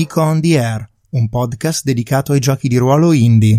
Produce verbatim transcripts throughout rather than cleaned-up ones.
Geek on the Air, un podcast dedicato ai giochi di ruolo indie.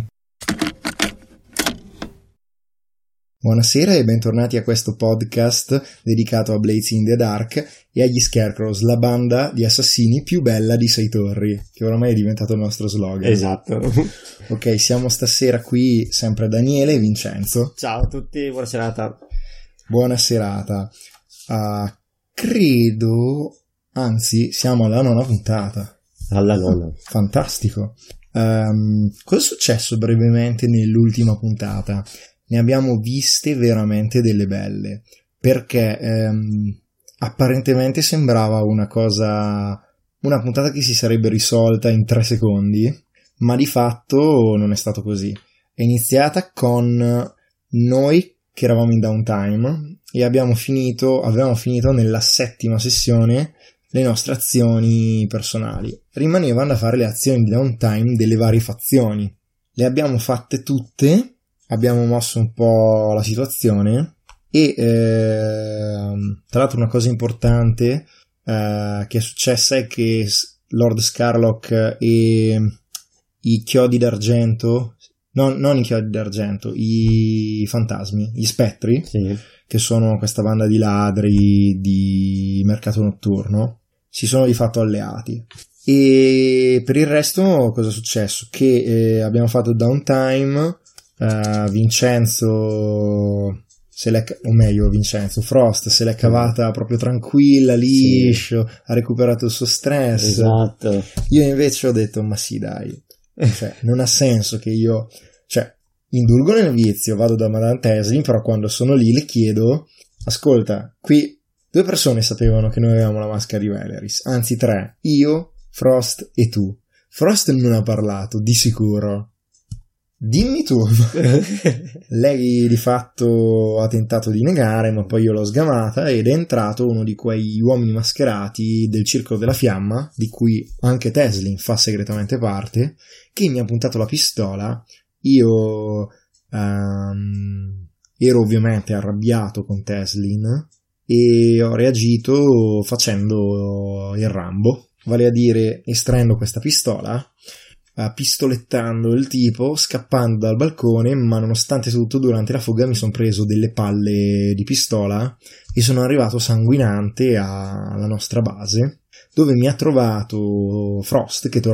Buonasera e bentornati a questo podcast dedicato a Blades in the Dark e agli Scarecrows, la banda di assassini più bella di Sei Torri, che oramai è diventato il nostro slogan. Esatto. Ok, siamo stasera qui sempre Daniele e Vincenzo. Ciao a tutti, buona serata. Buona serata. Uh, credo, anzi, siamo alla nona puntata. Alla nona. Fantastico. Um, cosa è successo brevemente nell'ultima puntata? Ne abbiamo viste veramente delle belle, perché ehm, apparentemente sembrava una cosa, una puntata che si sarebbe risolta in tre secondi, ma di fatto non è stato così. È iniziata con noi che eravamo in downtime e abbiamo finito, avevamo finito nella settima sessione le nostre azioni personali. Rimanevano da fare le azioni di downtime delle varie fazioni. Le abbiamo fatte tutte. Abbiamo mosso un po' la situazione e eh, tra l'altro una cosa importante eh, che è successa è che Lord Scarlock e i chiodi d'argento, no, non i chiodi d'argento, i fantasmi, gli spettri, sì, che sono questa banda di ladri di mercato notturno, si sono di fatto alleati. E per il resto cosa è successo? Che eh, abbiamo fatto downtime. Uh, Vincenzo se l'è, o meglio Vincenzo Frost se l'è cavata proprio tranquilla, liscio, sì. Ha recuperato il suo stress. Esatto. Io invece ho detto ma sì dai, cioè, non ha senso che io, cioè, indulgo nel vizio, vado da Madame Teslin, però quando sono lì le chiedo ascolta, qui due persone sapevano che noi avevamo la maschera di Valeris, anzi tre, io, Frost e tu. Frost non ha parlato di sicuro. Dimmi tu. Lei di fatto ha tentato di negare, ma poi io l'ho sgamata ed è entrato uno di quei uomini mascherati del Circolo della Fiamma, di cui anche Teslin fa segretamente parte, che mi ha puntato la pistola. Io um, ero ovviamente arrabbiato con Teslin e ho reagito facendo il Rambo, vale a dire estraendo questa pistola, pistolettando il tipo, scappando dal balcone, ma nonostante tutto durante la fuga mi sono preso delle palle di pistola e sono arrivato sanguinante alla nostra base, dove mi ha trovato Frost che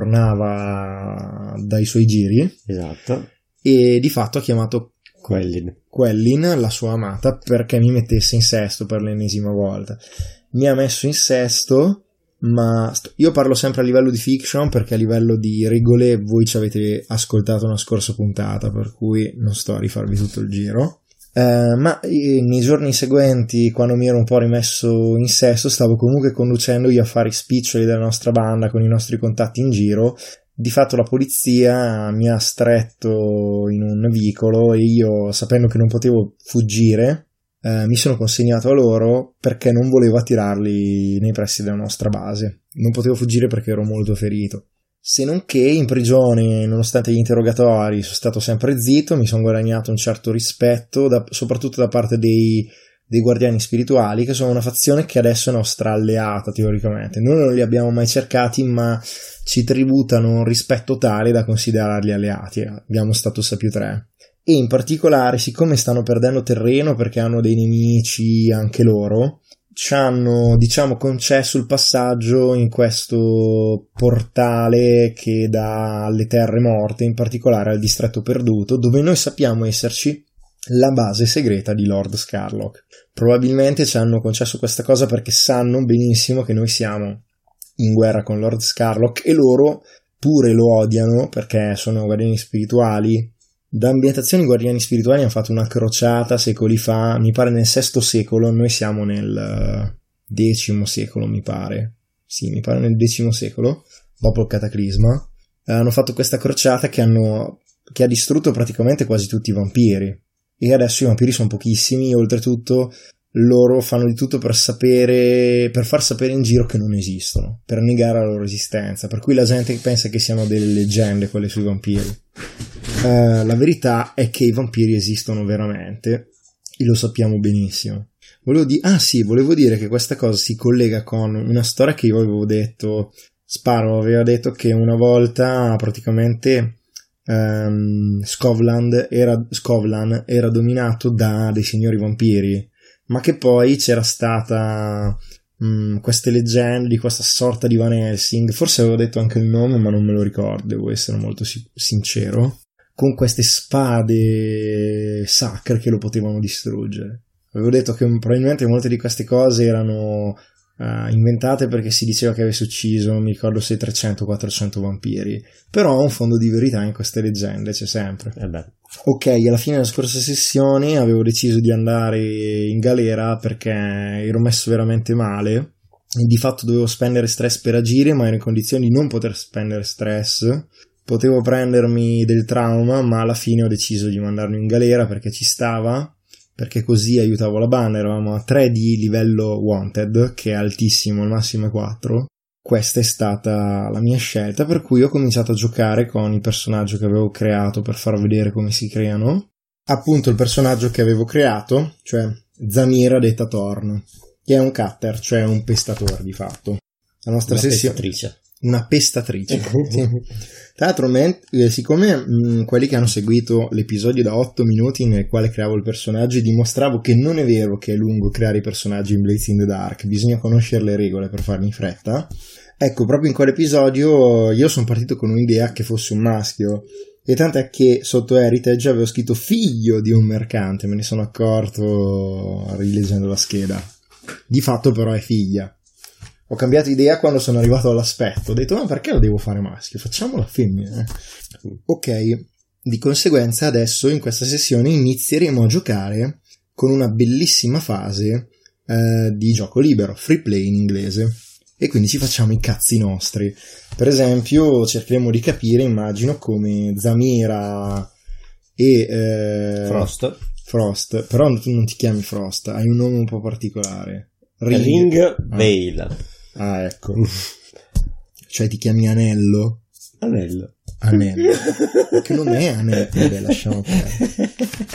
tornava dai suoi giri. Esatto. E di fatto ha chiamato Quellin. Quellin, la sua amata, perché mi mettesse in sesto per l'ennesima volta. Mi ha messo in sesto, ma io parlo sempre a livello di fiction perché a livello di regole voi ci avete ascoltato una scorsa puntata, per cui non sto a rifarvi tutto il giro. Uh, ma nei giorni seguenti, quando mi ero un po' rimesso in sesto, stavo comunque conducendo gli affari spiccioli della nostra banda con i nostri contatti in giro. Di fatto la polizia mi ha stretto in un vicolo e io, sapendo che non potevo fuggire, Uh, mi sono consegnato a loro perché non volevo attirarli nei pressi della nostra base. Non potevo fuggire perché ero molto ferito. Se non che in prigione, nonostante gli interrogatori, sono stato sempre zitto, mi sono guadagnato un certo rispetto, da, soprattutto da parte dei, dei guardiani spirituali, che sono una fazione che adesso è nostra alleata teoricamente. Noi non li abbiamo mai cercati, ma ci tributano un rispetto tale da considerarli alleati. Abbiamo status A più tre. E in particolare, siccome stanno perdendo terreno perché hanno dei nemici anche loro, ci hanno, diciamo, concesso il passaggio in questo portale che dà alle terre morte, in particolare al distretto perduto, dove noi sappiamo esserci la base segreta di Lord Scarlock. Probabilmente ci hanno concesso questa cosa perché sanno benissimo che noi siamo in guerra con Lord Scarlock e loro pure lo odiano perché sono guardiani spirituali. Da ambientazioni guardiani spirituali hanno fatto una crociata secoli fa, mi pare nel sesto secolo, noi siamo nel decimo secolo, mi pare. Sì, mi pare nel decimo secolo, dopo il cataclisma. Hanno fatto questa crociata che, hanno, che ha distrutto praticamente quasi tutti i vampiri. E adesso i vampiri sono pochissimi e oltretutto loro fanno di tutto per sapere, per far sapere in giro che non esistono, per negare la loro esistenza, per cui la gente pensa che siano delle leggende quelle sui vampiri. Uh, la verità è che i vampiri esistono veramente e lo sappiamo benissimo. Volevo dire, ah sì, volevo dire che questa cosa si collega con una storia che io avevo detto Sparrow aveva detto che una volta praticamente um, Scovland era, Scovlan era dominato da dei signori vampiri, ma che poi c'era stata um, queste leggende di questa sorta di Van Helsing, forse avevo detto anche il nome ma non me lo ricordo, devo essere molto si- sincero, con queste spade sacre che lo potevano distruggere. Avevo detto che probabilmente molte di queste cose erano uh, inventate perché si diceva che avesse ucciso, non mi ricordo se trecento o quattrocento vampiri, però un fondo di verità in queste leggende c'è sempre. Eh beh. Ok, alla fine della scorsa sessione avevo deciso di andare in galera perché ero messo veramente male e di fatto dovevo spendere stress per agire, ma ero in condizioni di non poter spendere stress. Potevo prendermi del trauma, ma alla fine ho deciso di mandarlo in galera perché ci stava, perché così aiutavo la banda. Eravamo a tre di livello wanted, che è altissimo, il massimo è quattro. Questa è stata la mia scelta, per cui ho cominciato a giocare con il personaggio che avevo creato per far vedere come si creano. Appunto il personaggio che avevo creato, cioè Zamira detta Thorn, che è un cutter, cioè un pestatore di fatto. La nostra Una sessione... pestatrice. Una pestatrice. Tra l'altro, men- siccome mh, quelli che hanno seguito l'episodio da otto minuti nel quale creavo il personaggio e dimostravo che non è vero che è lungo creare i personaggi in Blades in the Dark, bisogna conoscere le regole per farli in fretta, ecco, proprio in quell'episodio io sono partito con un'idea che fosse un maschio, e tant'è che sotto Heritage avevo scritto figlio di un mercante, me ne sono accorto rileggendo la scheda. Di fatto però è figlia. Ho cambiato idea quando sono arrivato all'aspetto, ho detto ma perché lo devo fare maschio, facciamolo femmina. Ok, di conseguenza adesso in questa sessione inizieremo a giocare con una bellissima fase eh, di gioco libero, free play in inglese, e quindi ci facciamo i cazzi nostri. Per esempio cercheremo di capire, immagino, come Zamira e eh, Frost Frost, però tu non ti chiami Frost, hai un nome un po' particolare. Ring, Ring ah. Veil. Ah, ecco. Cioè ti chiami Anello? Anello. Anello. Che non è Anello. Vabbè, lasciamo perdere.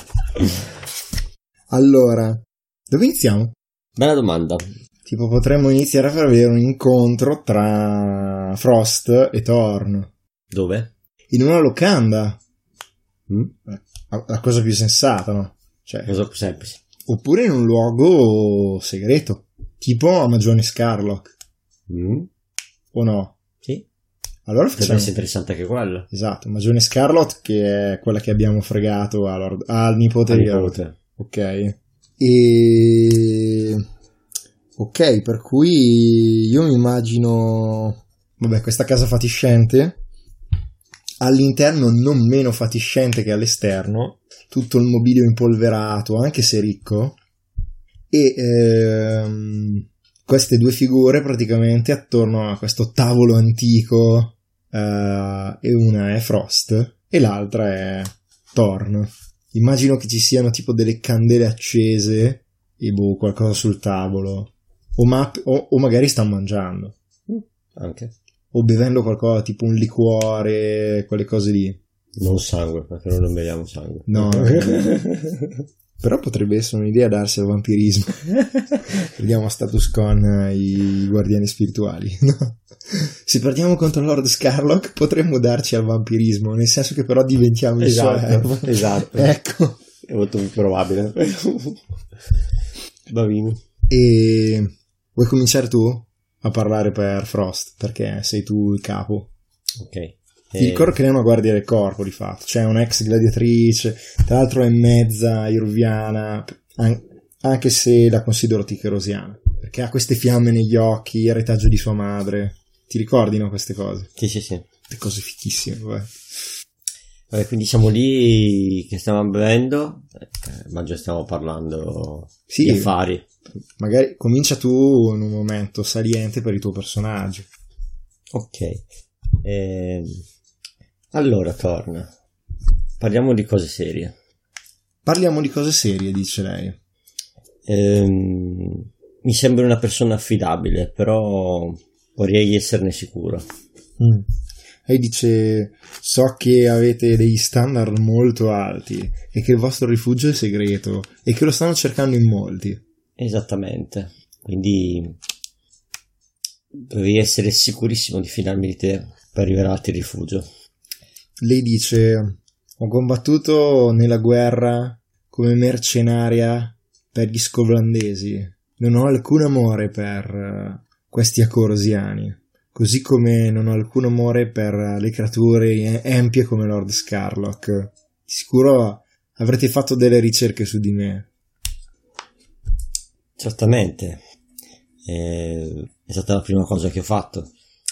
Allora, dove iniziamo? Bella domanda. Tipo potremmo iniziare a far vedere un incontro tra Frost e Thorn. Dove? In una locanda. Mm? La, la cosa più sensata, no? Cioè, Cosa più semplice. oppure in un luogo segreto. Tipo a Magione Scarlock. Mm? O no? Sì. Allora Potrebbe facciamo... essere interessante anche quello. Esatto, Magione Scarlett, che è quella che abbiamo fregato a Lord... al nipote Al di nipote. Lord. Ok. E... Ok, per cui io mi immagino... Vabbè, questa casa fatiscente, all'interno non meno fatiscente che all'esterno, tutto il mobilio impolverato, anche se ricco, e ehm, queste due figure praticamente attorno a questo tavolo antico, eh, e una è Frost e l'altra è Thorn. Immagino che ci siano tipo delle candele accese e boh, qualcosa sul tavolo, o, ma- o, o magari stanno mangiando, Anche. o bevendo qualcosa tipo un liquore, quelle cose lì. Non sangue, perché noi non beviamo sangue. No. Però potrebbe essere un'idea darsi al vampirismo. Vediamo status con i guardiani spirituali. No. Se partiamo contro Lord Scarlock potremmo darci al vampirismo, nel senso che però diventiamo il suo Esatto, erbo. esatto. Ecco. È molto più probabile. Va bene. E vuoi cominciare tu a parlare per Frost, perché sei tu il capo. Ok. Ti ricordo che lei è una guardia del corpo di fatto, cioè un'ex gladiatrice, tra l'altro è mezza iruviana, an- anche se la considero ticherosiana, perché ha queste fiamme negli occhi, il retaggio di sua madre. Ti ricordi, no, queste cose? Sì, sì, sì. Le cose fichissime, vabbè. Vabbè, quindi siamo lì che stiamo bevendo, eh, ma già stiamo parlando Sì. di affari. Magari comincia tu in un momento saliente per il tuo personaggio. Ok. Ehm, allora, Thorn, parliamo di cose serie. Parliamo di cose serie, dice lei. Ehm, mi sembra una persona affidabile, però vorrei esserne sicuro. Mm. Lei dice: so che avete degli standard molto alti e che il vostro rifugio è segreto e che lo stanno cercando in molti. Esattamente. Quindi dovevi essere sicurissimo di fidarmi di te per rivelarti il rifugio. Lei dice: ho combattuto nella guerra come mercenaria per gli scovlandesi, non ho alcun amore per questi acorosiani, così come non ho alcun amore per le creature empie come Lord Scarlock. Di sicuro avrete fatto delle ricerche su di me. Certamente, è stata la prima cosa che ho fatto.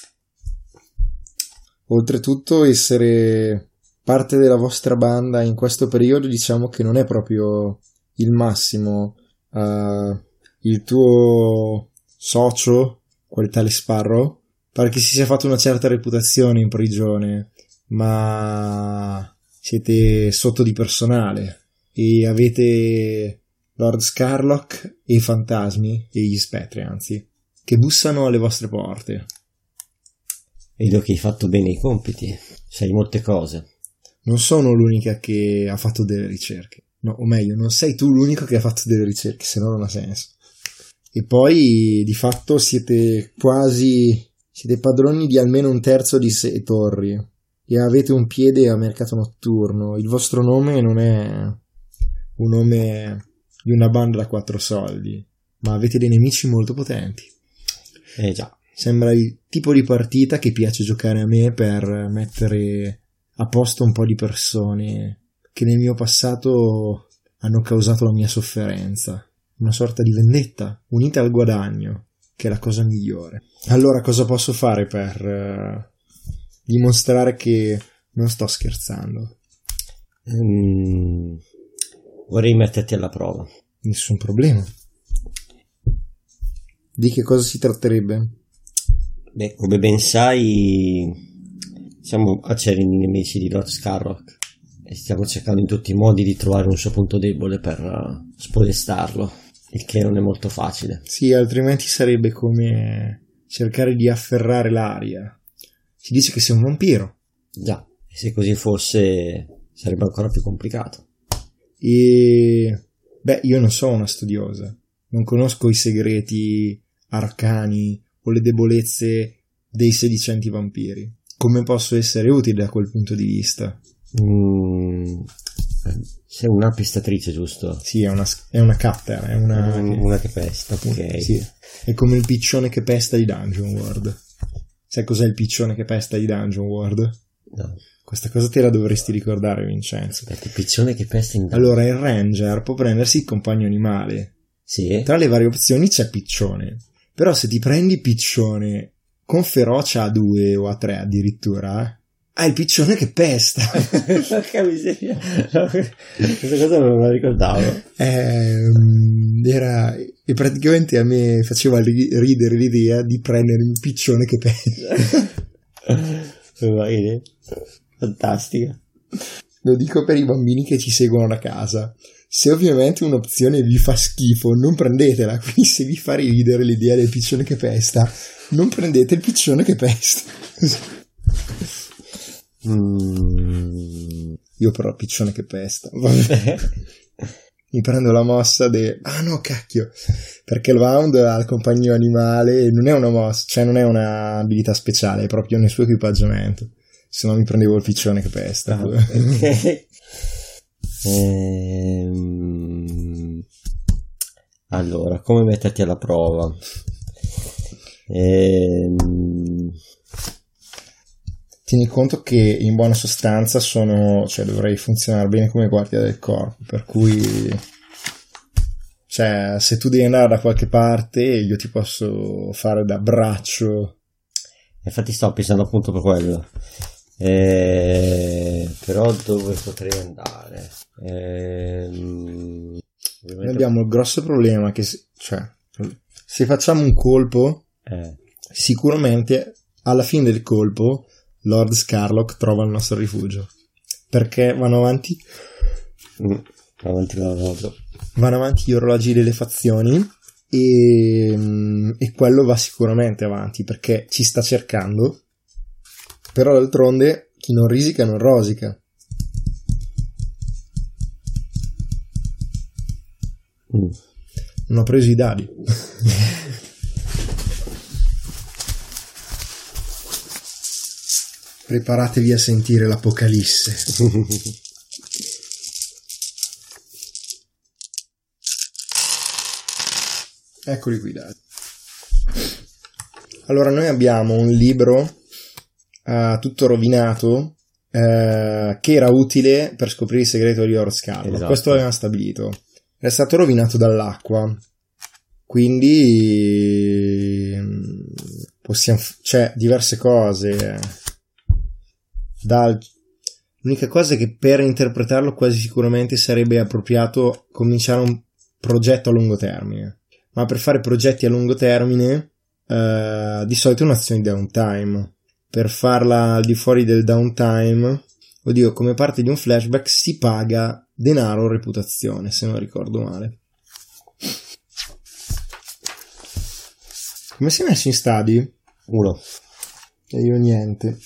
Oltretutto, essere parte della vostra banda in questo periodo, diciamo che non è proprio il massimo. Uh, il tuo socio, quel tale Sparrow, pare che si sia fatto una certa reputazione in prigione, ma siete sotto di personale e avete Lord Scarlock e i fantasmi, e gli spettri anzi, che bussano alle vostre porte. Vedo che hai fatto bene i compiti, sai molte cose. Non sono l'unica che ha fatto delle ricerche, no, o meglio, non sei tu l'unico che ha fatto delle ricerche, se no non ha senso. E poi di fatto siete quasi, siete padroni di almeno un terzo di sei torri e avete un piede a mercato notturno. Il vostro nome non è un nome di una banda da quattro soldi, ma avete dei nemici molto potenti. Eh già. Sembra il tipo di partita che piace giocare a me per mettere a posto un po' di persone che nel mio passato hanno causato la mia sofferenza. Una sorta di vendetta unita al guadagno, che è la cosa migliore. Allora, cosa posso fare per uh, dimostrare che non sto scherzando? Mm, vorrei metterti alla prova. Nessun problema. Di che cosa si tratterebbe? Beh, come ben sai, siamo acerrimi nemici di Lord Scarrock e stiamo cercando in tutti i modi di trovare un suo punto debole per uh, spodestarlo, il che non è molto facile. Sì, altrimenti sarebbe come cercare di afferrare l'aria. Si dice che sei un vampiro. Già, e se così fosse sarebbe ancora più complicato. E beh, io non sono una studiosa, non conosco i segreti arcani o le debolezze dei sedicenti vampiri. Come posso essere utile da quel punto di vista? Mm, sei una pestatrice, giusto? Sì, è una, è una cutter, è una, una, una che pesta, ok. Sì, è come il piccione che pesta di Dungeon World. Sai cos'è il piccione che pesta di Dungeon World? No. Questa cosa te la dovresti ricordare, Vincenzo. Aspetta, il piccione che pesta in Dungeon. Allora, il ranger può prendersi il compagno animale. Sì. Tra le varie opzioni c'è piccione. Però se ti prendi piccione con ferocia a due o a tre addirittura, hai il piccione che pesta. Porca miseria. Questa cosa non me la ricordavo. Eh, era, e praticamente a me faceva ridere l'idea di prendere un piccione che pesta. Fantastica. Lo dico per i bambini che ci seguono da casa. Se ovviamente un'opzione vi fa schifo, non prendetela. Quindi se vi fa ridere l'idea del piccione che pesta, non prendete il piccione che pesta. Mm. Io però il piccione che pesta. Vabbè. Mi prendo la mossa de... Ah no, cacchio. Perché il Wound ha il compagno animale, non è una mossa, cioè non è una abilità speciale, è proprio nel suo equipaggiamento. Se no mi prendevo il piccione che pesta. Ah, okay. ehm... Allora, come metterti alla prova? Ehm... Tieni conto che in buona sostanza sono, cioè dovrei funzionare bene come guardia del corpo, per cui cioè se tu devi andare da qualche parte io ti posso fare da braccio. Infatti stavo pensando appunto per quello. Eh, però dove potrei andare? Eh, Noi abbiamo il grosso problema che se, cioè, se facciamo un colpo eh. sicuramente alla fine del colpo Lord Scarlock trova il nostro rifugio, perché vanno avanti mm, avanti l'orologio vanno avanti gli orologi delle fazioni e, e quello va sicuramente avanti perché ci sta cercando. Però d'altronde chi non risica non rosica. Mm. Non ho preso i dadi. Preparatevi a sentire l'apocalisse. Eccoli qui dati. Allora, noi abbiamo un libro uh, tutto rovinato uh, che era utile per scoprire il segreto di Lord Scarlock. Esatto. Questo l'abbiamo stabilito. È stato rovinato dall'acqua, quindi possiamo, cioè, diverse cose. Dal, l'unica cosa è che per interpretarlo quasi sicuramente sarebbe appropriato cominciare un progetto a lungo termine. Ma per fare progetti a lungo termine uh, di solito è un'azione di downtime. Per farla al di fuori del downtime, oddio, come parte di un flashback si paga denaro o reputazione, se non ricordo male. Come sei messo in stadi? Uno. E io niente.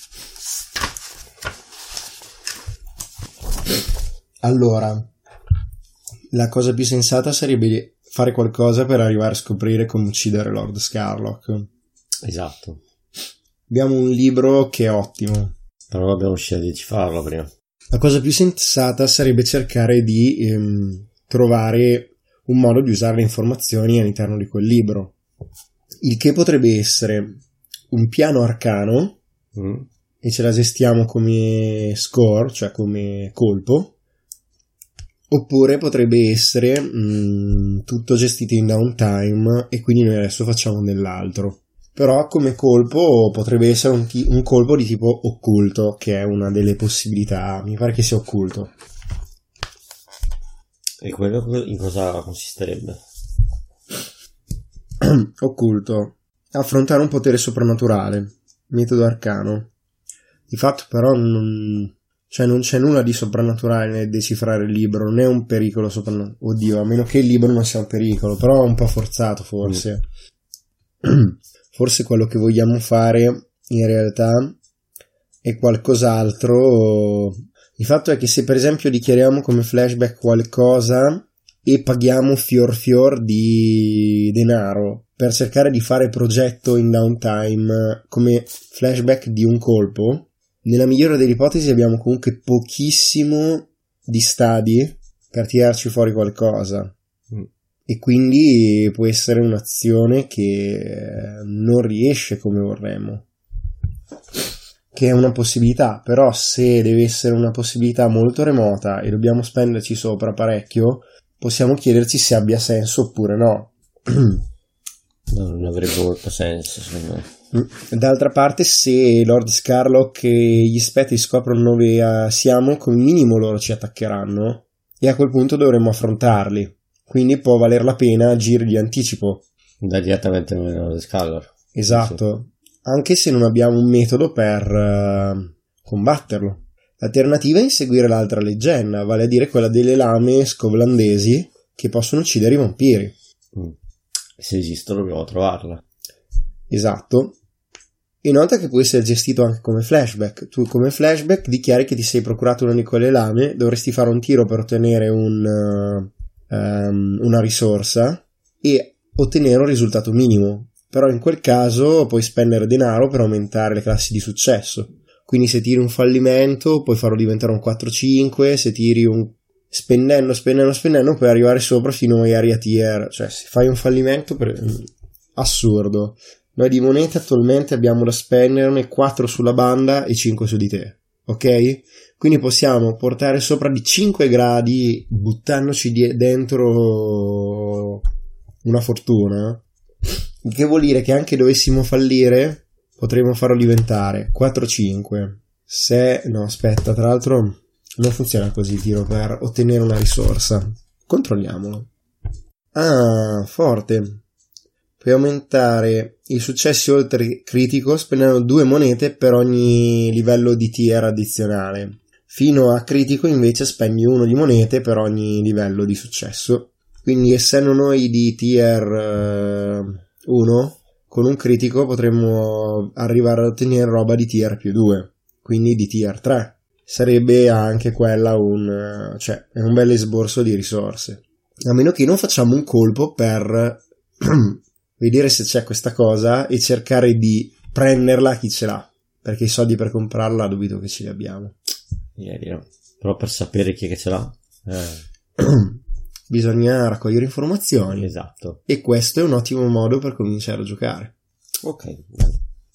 Allora, la cosa più sensata sarebbe fare qualcosa per arrivare a scoprire come uccidere Lord Scarlock. Esatto. Abbiamo un libro che è ottimo, però abbiamo scelto di farlo prima. La cosa più sensata sarebbe cercare di ehm, trovare un modo di usare le informazioni all'interno di quel libro, il che potrebbe essere un piano arcano mm. e ce la gestiamo come score, cioè come colpo, oppure potrebbe essere mh, tutto gestito in downtime e quindi noi adesso facciamo dell'altro. Però come colpo potrebbe essere un, t- un colpo di tipo occulto, che è una delle possibilità. Mi pare che sia occulto. E quello in cosa consisterebbe? Occulto: affrontare un potere soprannaturale, metodo arcano. Di fatto però non, cioè non c'è nulla di soprannaturale nel decifrare il libro, non è un pericolo soprannaturale. Oddio, a meno che il libro non sia un pericolo, però è un po' forzato forse. Mm. Forse quello che vogliamo fare in realtà è qualcos'altro. Il fatto è che se per esempio dichiariamo come flashback qualcosa e paghiamo fior fior di denaro per cercare di fare progetto in downtime come flashback di un colpo, nella migliore delle ipotesi abbiamo comunque pochissimo di stadi per tirarci fuori qualcosa. Mm. E quindi può essere un'azione che non riesce come vorremmo, che è una possibilità. Però se deve essere una possibilità molto remota e dobbiamo spenderci sopra parecchio, possiamo chiederci se abbia senso oppure no. No, non avrebbe molto senso secondo me. D'altra parte, se Lord Scarlock e gli spettri scoprono dove siamo, come minimo loro ci attaccheranno e a quel punto dovremmo affrontarli. Quindi può valer la pena agire di anticipo. Da direttamente nello Scarlock. Esatto. Sì. Anche se non abbiamo un metodo per uh, combatterlo. L'alternativa è inseguire l'altra leggenda, vale a dire quella delle lame scovlandesi che possono uccidere i vampiri. Mm. Se esistono dobbiamo trovarla. Esatto. Inoltre che può essere gestito anche come flashback. Tu come flashback dichiari che ti sei procurato una di quelle lame, dovresti fare un tiro per ottenere un... Uh, Um, una risorsa e ottenere un risultato minimo, però in quel caso puoi spendere denaro per aumentare le classi di successo. Quindi se tiri un fallimento puoi farlo diventare un quattro cinque, se tiri un spendendo spendendo spendendo puoi arrivare sopra fino magari a tier, cioè se fai un fallimento per... assurdo. Noi di monete attualmente abbiamo da spenderne quattro sulla banda e cinque su di te, ok? Quindi possiamo portare sopra di cinque gradi buttandoci di- dentro una fortuna, il che vuol dire che anche dovessimo fallire potremmo farlo diventare quattro cinque. Se no, aspetta, tra l'altro non funziona così il tiro per ottenere una risorsa. Controlliamolo. Ah, forte. Puoi aumentare i successi oltre critico spendendo due monete per ogni livello di tier addizionale. Fino a critico invece spendi uno di monete per ogni livello di successo. Quindi essendo noi di tier uno, con un critico potremmo arrivare a ottenere roba di tier più due, quindi di tier tre. Sarebbe anche quella un, cioè, è un bel esborso di risorse. A meno che non facciamo un colpo per vedere se c'è questa cosa e cercare di prenderla a chi ce l'ha. perché i soldi per comprarla dubito che ce li abbiamo. Direi no. Però per sapere chi è che ce l'ha eh. bisogna raccogliere informazioni. Esatto. E questo è un ottimo modo per cominciare a giocare. Ok. Ok,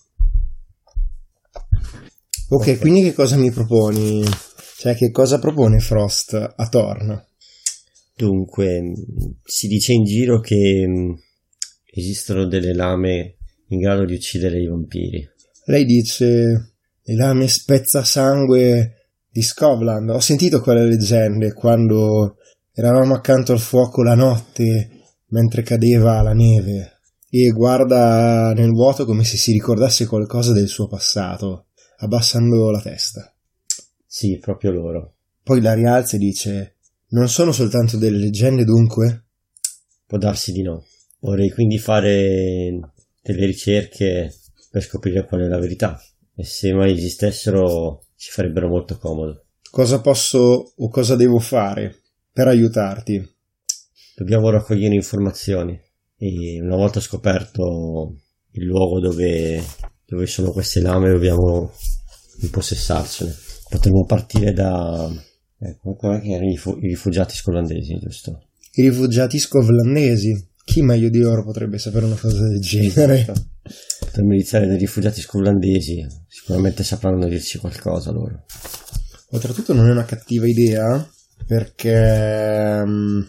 okay. Quindi che cosa mi proponi? Cioè, che cosa propone Frost a Thorn? Dunque, si dice in giro che esistono delle lame in grado di uccidere i vampiri. Lei dice le lame spezzasangue di Scotland. Ho sentito quelle leggende quando eravamo accanto al fuoco la notte mentre cadeva la neve, e guarda nel vuoto come se si ricordasse qualcosa del suo passato, abbassando la testa. Sì, proprio loro. Poi la rialza e dice: non sono soltanto delle leggende, dunque? Può darsi di no. Vorrei quindi fare delle ricerche per scoprire qual è la verità, e se mai esistessero ci farebbero molto comodo. Cosa posso o cosa devo fare per aiutarti? Dobbiamo raccogliere informazioni, e una volta scoperto il luogo dove, dove sono queste lame dobbiamo impossessarcene. Potremmo partire da eh, come che erano i, fu- i rifugiati scotlandesi, giusto? I rifugiati scotlandesi? Chi meglio di loro potrebbe sapere una cosa del genere? Potremmo iniziare dai rifugiati scotlandesi, sicuramente sapranno dirci qualcosa loro. Oltretutto non è una cattiva idea, perché um,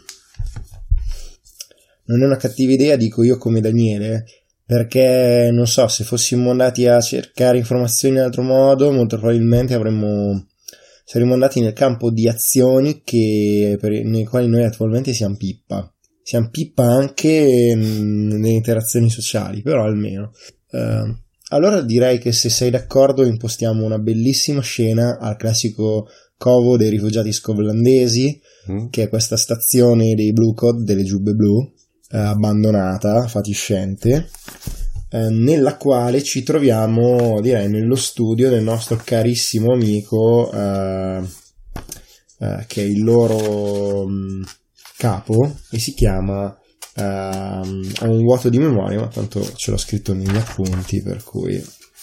non è una cattiva idea, dico io come Daniele, perché non so, se fossimo andati a cercare informazioni in altro modo, molto probabilmente avremmo saremmo andati nel campo di azioni che, per, nei quali noi attualmente siamo pippa. Siamo pippa anche mh, nelle interazioni sociali, però almeno. Uh, allora direi che, se sei d'accordo, impostiamo una bellissima scena al classico covo dei rifugiati scotlandesi, mm. che è questa stazione dei Blue Code, delle giubbe blu, eh, abbandonata, fatiscente, eh, nella quale ci troviamo, direi, nello studio del nostro carissimo amico, eh, eh, che è il loro mh, capo, e si chiama... Uh, ha un vuoto di memoria, ma tanto ce l'ho scritto negli appunti, per cui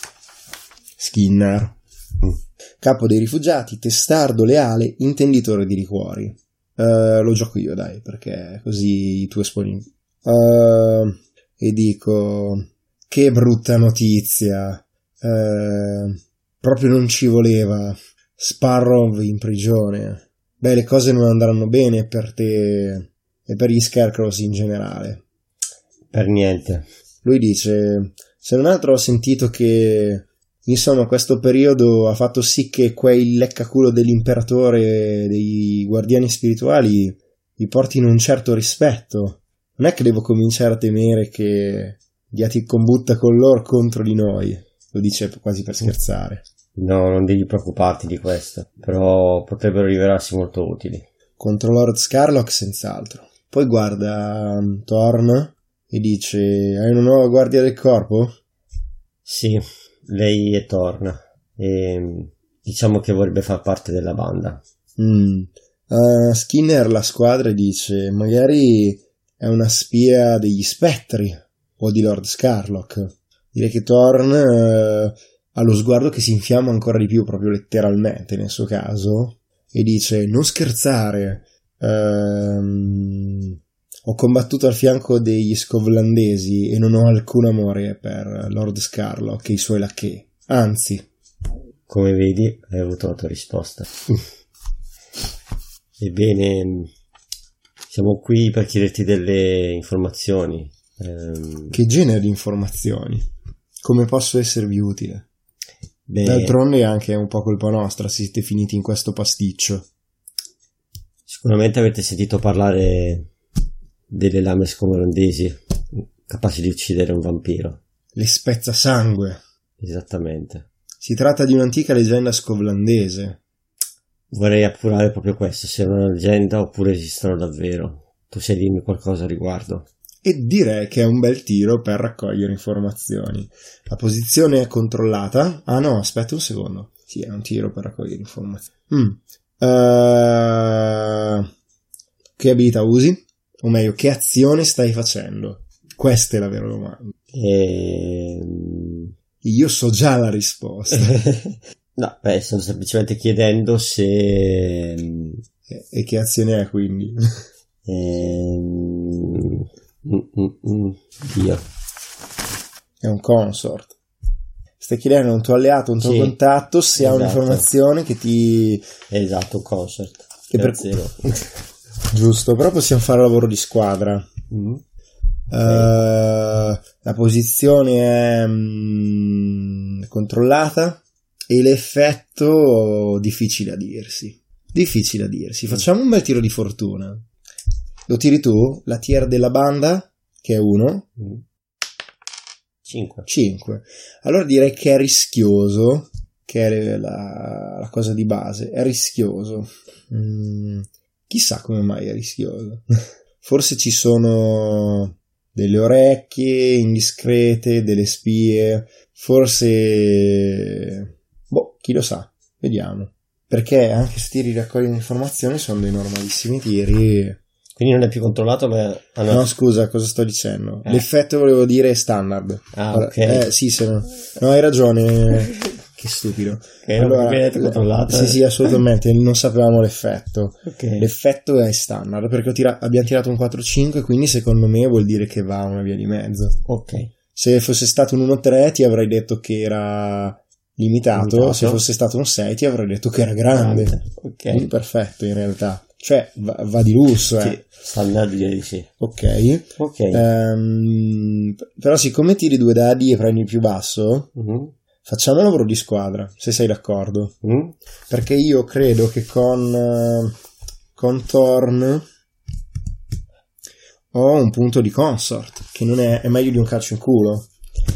Skinner, mm. capo dei rifugiati, testardo, leale, intenditore di liquori. Uh, lo gioco io, dai, perché così tu esponi. Uh, e dico: che brutta notizia, uh, proprio non ci voleva. Sparrow in prigione. Beh, le cose non andranno bene per te e per gli Scarecrows in generale. Per niente. Lui dice: se non altro ho sentito che, insomma, questo periodo ha fatto sì che quei leccaculo dell'imperatore, dei guardiani spirituali, gli portino un certo rispetto. Non è che devo cominciare a temere che diati con butta con loro contro di noi. Lo dice quasi per scherzare. No, non devi preoccuparti di questo, però potrebbero rivelarsi molto utili. Contro Lord Scarlock senz'altro. Poi guarda um, Thorn e dice: hai una nuova guardia del corpo? Sì, lei è Thorn, e diciamo che vorrebbe far parte della banda. Mm. Uh, Skinner la squadra dice: magari è una spia degli spettri o di Lord Scarlock. Direi che Thorn uh, ha lo sguardo che si infiamma ancora di più, proprio letteralmente nel suo caso, e dice: non scherzare, ehm, ho combattuto al fianco degli scotlandesi e non ho alcun amore per Lord Scarlock e i suoi lacchè, anzi. Come vedi, hai avuto la tua risposta. Ebbene, siamo qui per chiederti delle informazioni. Ehm... Che genere di informazioni? Come posso esservi utile? Beh, d'altronde è anche un po' colpa nostra se siete finiti in questo pasticcio. Sicuramente avete sentito parlare delle lame scotlandesi capaci di uccidere un vampiro. Le spezzasangue. Esattamente. Si tratta di un'antica leggenda scotlandese. Vorrei appurare proprio questo, se è una leggenda oppure esistono davvero. Tu sai dirmi qualcosa a riguardo? E direi che è un bel tiro per raccogliere informazioni. La posizione è controllata. Ah no, aspetta un secondo. Sì, è un tiro per raccogliere informazioni. Mm. Uh, che abilità usi? O meglio, che azione stai facendo? Questa è la vera domanda. E... Io so già la risposta. No, beh, sto semplicemente chiedendo se... E, e che azione è, quindi? Ehm... Mm, mm, mm. Dio. È un consort. Stai chiedendo a un tuo alleato, un tuo Sì, contatto, se esatto. ha un'informazione che ti... Esatto, consort. Che per... zero. Giusto, però possiamo fare lavoro di squadra. Mm. Uh, la posizione è mm, controllata e l'effetto difficile a dirsi. Difficile a dirsi. Facciamo un bel tiro di fortuna. Lo tiri tu? La tier della banda, che è uno. cinque. cinque. Allora direi che è rischioso, che è la, la cosa di base. È rischioso. Mm, chissà come mai è rischioso. Forse ci sono delle orecchie indiscrete, delle spie, forse... Boh, chi lo sa, vediamo. Perché anche se tiri raccogli informazioni sono dei normalissimi tiri. Quindi non è più controllato, ma... Ah, no. No, scusa, cosa sto dicendo? Eh. L'effetto volevo dire è standard. Ah, ok. Eh, sì, se no... no, hai ragione. Che stupido. Che non allora, mi avete controllato. Sì, sì, assolutamente, non sapevamo l'effetto. Okay. L'effetto è standard, perché ho tira- abbiamo tirato un quattro cinque, quindi secondo me vuol dire che va a una via di mezzo. Ok. Se fosse stato un uno tre ti avrei detto che era limitato, limitato. Se fosse stato un sei ti avrei detto che era grande. grande. Ok. Quindi perfetto in realtà. Cioè, va, va di lusso, eh. Sì, standard direi di sì. Ok. Ok. Um, però siccome tiri due dadi e prendi il più basso, Mm-hmm. facciamo un lavoro di squadra, se sei d'accordo. Mm. Perché io credo che con, uh, con Thorn ho un punto di consort, che non è, è meglio di un calcio in culo.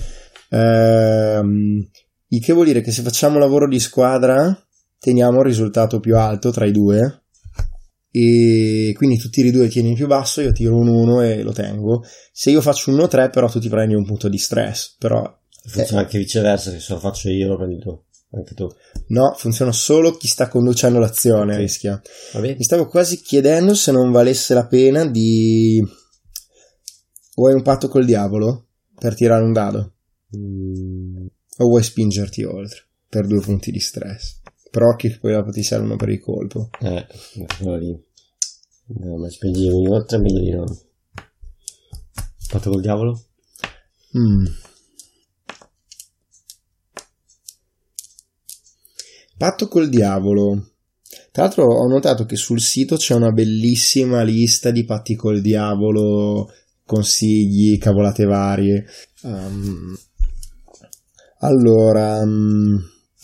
Ehm, il che vuol dire che se facciamo un lavoro di squadra teniamo il risultato più alto tra i due, e quindi tu tiri due e tieni il più basso, io tiro un uno e lo tengo. Se io faccio un uno tre però tu ti prendi un punto di stress, però funziona eh, anche viceversa, che se lo faccio io lo prendi tu, anche tu. no, funziona solo chi sta conducendo l'azione, Okay. rischia. Va bene. Mi stavo quasi chiedendo se non valesse la pena di... Vuoi un patto col diavolo per tirare un dado? Mm. O vuoi spingerti oltre per due punti di stress? Però che poi dopo ti servono per il colpo. Eh, quello lì. No, ma spingi oltre meglio di non. Fatto col diavolo? Mm. Patto col diavolo. Tra l'altro ho notato che sul sito c'è una bellissima lista di patti col diavolo, consigli, cavolate varie. Um, allora, um,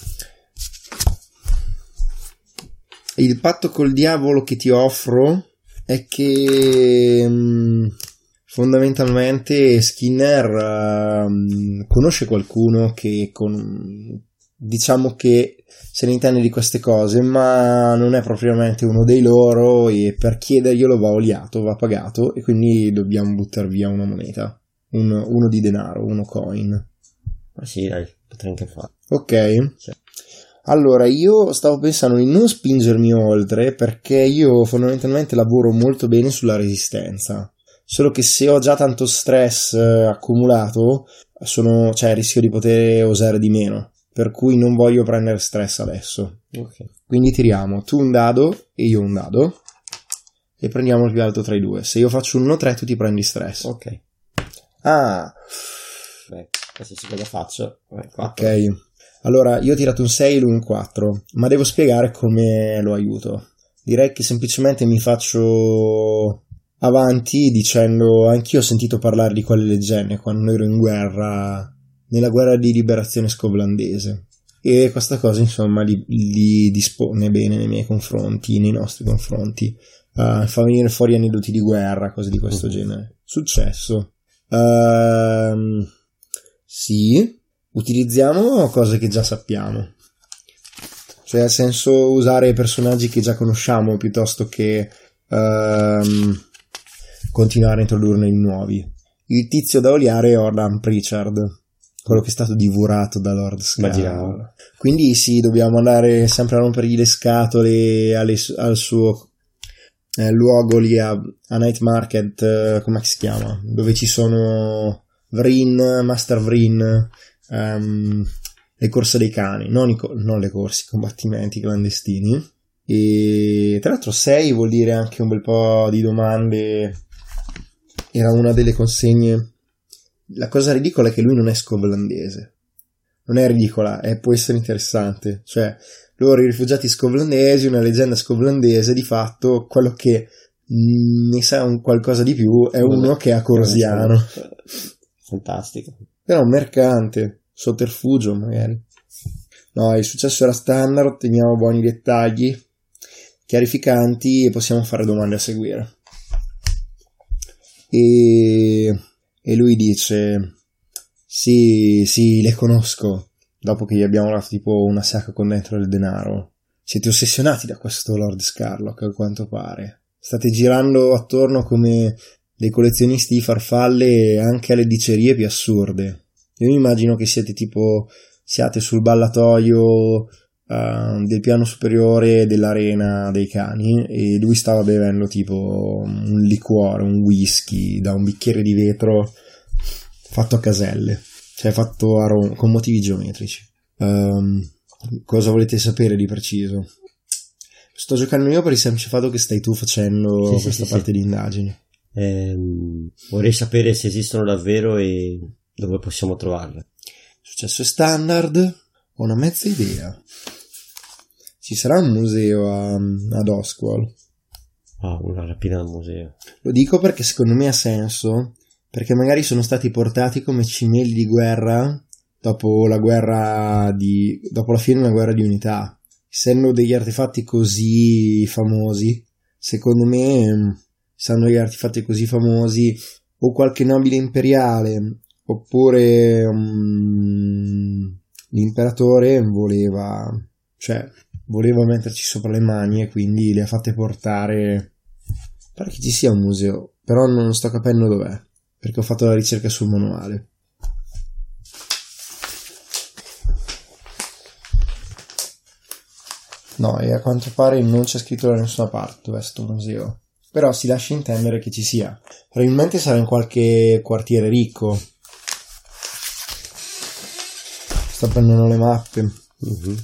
il patto col diavolo che ti offro è che um, fondamentalmente Skinner um, conosce qualcuno che con, diciamo che se ne intende di queste cose, ma non è propriamente uno dei loro, e per chiederglielo va oliato, va pagato, e quindi dobbiamo buttare via una moneta, un, uno di denaro, uno coin. Ma sì, dai, potrei anche fare. Ok. Sì. Allora, io stavo pensando di non spingermi oltre, perché io fondamentalmente lavoro molto bene sulla resistenza. Solo che se ho già tanto stress eh, accumulato, sono, cioè rischio di poter osare di meno. Per cui non voglio prendere stress adesso. Ok. Quindi tiriamo tu un dado e io un dado, e prendiamo il più alto tra i due. Se io faccio un uno tre tu ti prendi stress. Ok. Ah, Beh, adesso sì, cosa faccio? Beh, quattro. ok. Allora, io ho tirato un sei e lui un quattro, ma devo spiegare come lo aiuto. Direi che semplicemente mi faccio avanti dicendo: anch'io ho sentito parlare di quelle leggende quando ero in guerra, nella guerra di liberazione scovlandese, e questa cosa insomma li, li dispone bene nei miei confronti, nei nostri confronti. Uh, fa venire fuori aneddoti di guerra, cose di questo Mm-hmm. genere. Successo. Uh, sì, utilizziamo cose che già sappiamo, cioè nel senso usare personaggi che già conosciamo piuttosto che um, continuare a introdurne di nuovi. Il tizio da oliare è Orlan Pritchard, quello che è stato divorato da Lord Scar. Immaginavo. Quindi sì, dobbiamo andare sempre a rompergli le scatole alle, al suo eh, luogo lì a, a Night Market, eh, come si chiama? Dove ci sono Vryn, Master Vryn, um, le corse dei cani, non, i, non le corse, i combattimenti clandestini. E tra l'altro sei vuol dire anche un bel po' di domande. Era una delle consegne. La cosa ridicola è che lui non è scovlandese, non è ridicola, è, può essere interessante, cioè loro i rifugiati scovlandesi, una leggenda scovlandese, di fatto quello che ne sa un qualcosa di più è uno che è acorsiano, fantastico, però un mercante, sotterfugio magari. No, il successo era standard, otteniamo buoni dettagli chiarificanti e possiamo fare domande a seguire. E, e lui dice: sì, sì, le conosco. Dopo che gli abbiamo dato tipo una sacca con dentro del denaro. Siete ossessionati da questo Lord Scarlock, a quanto pare. State girando attorno come dei collezionisti di farfalle anche alle dicerie più assurde. Io mi immagino che siete tipo siate sul ballatoio Uh, del piano superiore dell'arena dei cani e lui stava bevendo tipo un liquore, un whisky da un bicchiere di vetro fatto a caselle, cioè fatto a rom- con motivi geometrici. Um, cosa volete sapere di preciso? Sto giocando io per il semplice fatto che stai tu facendo sì, questa sì, parte sì. di indagine. Ehm, vorrei sapere se esistono davvero e dove possiamo trovarle. Successo è standard. Ho una mezza idea. Ci sarà un museo a, ad Oswald. Ah, una rapina al museo. Lo dico perché secondo me ha senso, perché magari sono stati portati come cimeli di guerra dopo la guerra di dopo la fine della guerra di unità. Essendo degli artefatti così famosi, secondo me, essendo degli artefatti così famosi, o qualche nobile imperiale, oppure um, l'imperatore voleva, cioè voleva metterci sopra le mani e quindi le ha fatte portare. Pare che ci sia un museo, però non sto capendo dov'è, perché ho fatto la ricerca sul manuale. No, e a quanto pare non c'è scritto da nessuna parte dov'è sto museo, però si lascia intendere che ci sia. Probabilmente sarà in qualche quartiere ricco. Sto prendendo le mappe. Mm-hmm.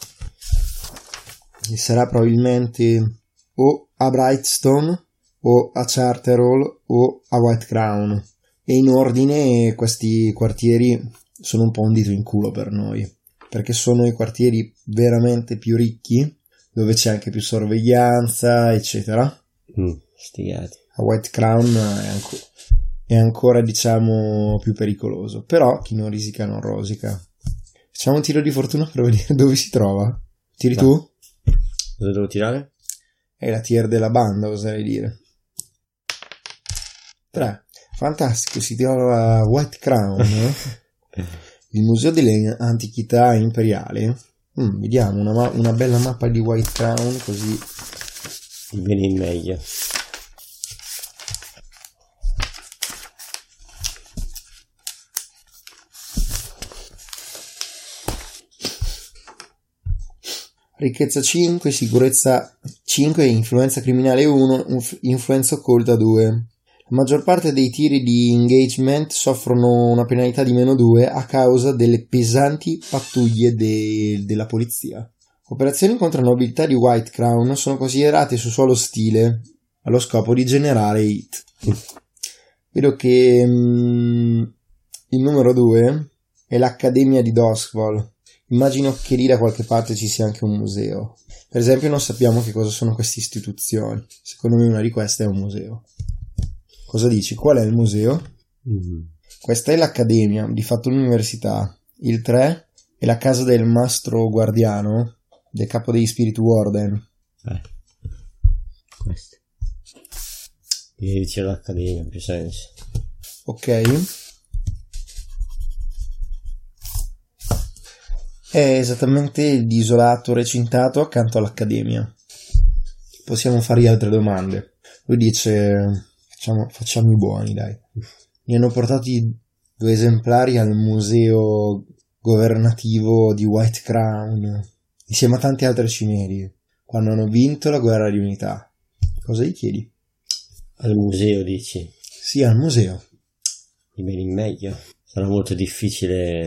E sarà probabilmente o a Brightstone o a Charterhall o a White Crown, e in ordine questi quartieri sono un po' un dito in culo per noi, perché sono i quartieri veramente più ricchi, dove c'è anche più sorveglianza eccetera. mm, stigati. A White Crown è, anco- è ancora diciamo più pericoloso, però chi non risica non rosica. Facciamo un tiro di fortuna per vedere dove si trova. Tiri Va. tu? Cosa devo tirare? È la tier della banda, oserei dire. tre. Fantastico, si trova a White Crown, eh? Il museo delle antichità imperiali. Mm, vediamo una, ma- una bella mappa di White Crown, così Il bene in meglio. ricchezza cinque, sicurezza cinque, influenza criminale uno, influenza occulta due. La maggior parte dei tiri di engagement soffrono una penalità di meno due a causa delle pesanti pattuglie de- della polizia. Operazioni contro la nobiltà di White Crown sono considerate su suolo ostile allo scopo di generare hit. Vedo che mm, il numero due è l'Accademia di Doskwall. Immagino che lì da qualche parte ci sia anche un museo. Per esempio non sappiamo che cosa sono queste istituzioni. Secondo me una di queste è un museo. Cosa dici? Qual è il museo? Mm-hmm. Questa è l'Accademia, di fatto l'università. Il tre è la casa del mastro guardiano, del capo degli Spirit Warden. Eh. Questo. Direi vicino all'Accademia, in più senso. Ok. È esattamente l'isolato recintato accanto all'Accademia. Possiamo fargli altre domande. Lui dice: facciamo, facciamo i buoni, dai. Mi hanno portati due esemplari al museo governativo di White Crown, insieme a tanti altri cimeli, quando hanno vinto la guerra di unità. Cosa gli chiedi? Al museo, dici? Sì, al museo. Di bene in meglio. Sarà molto difficile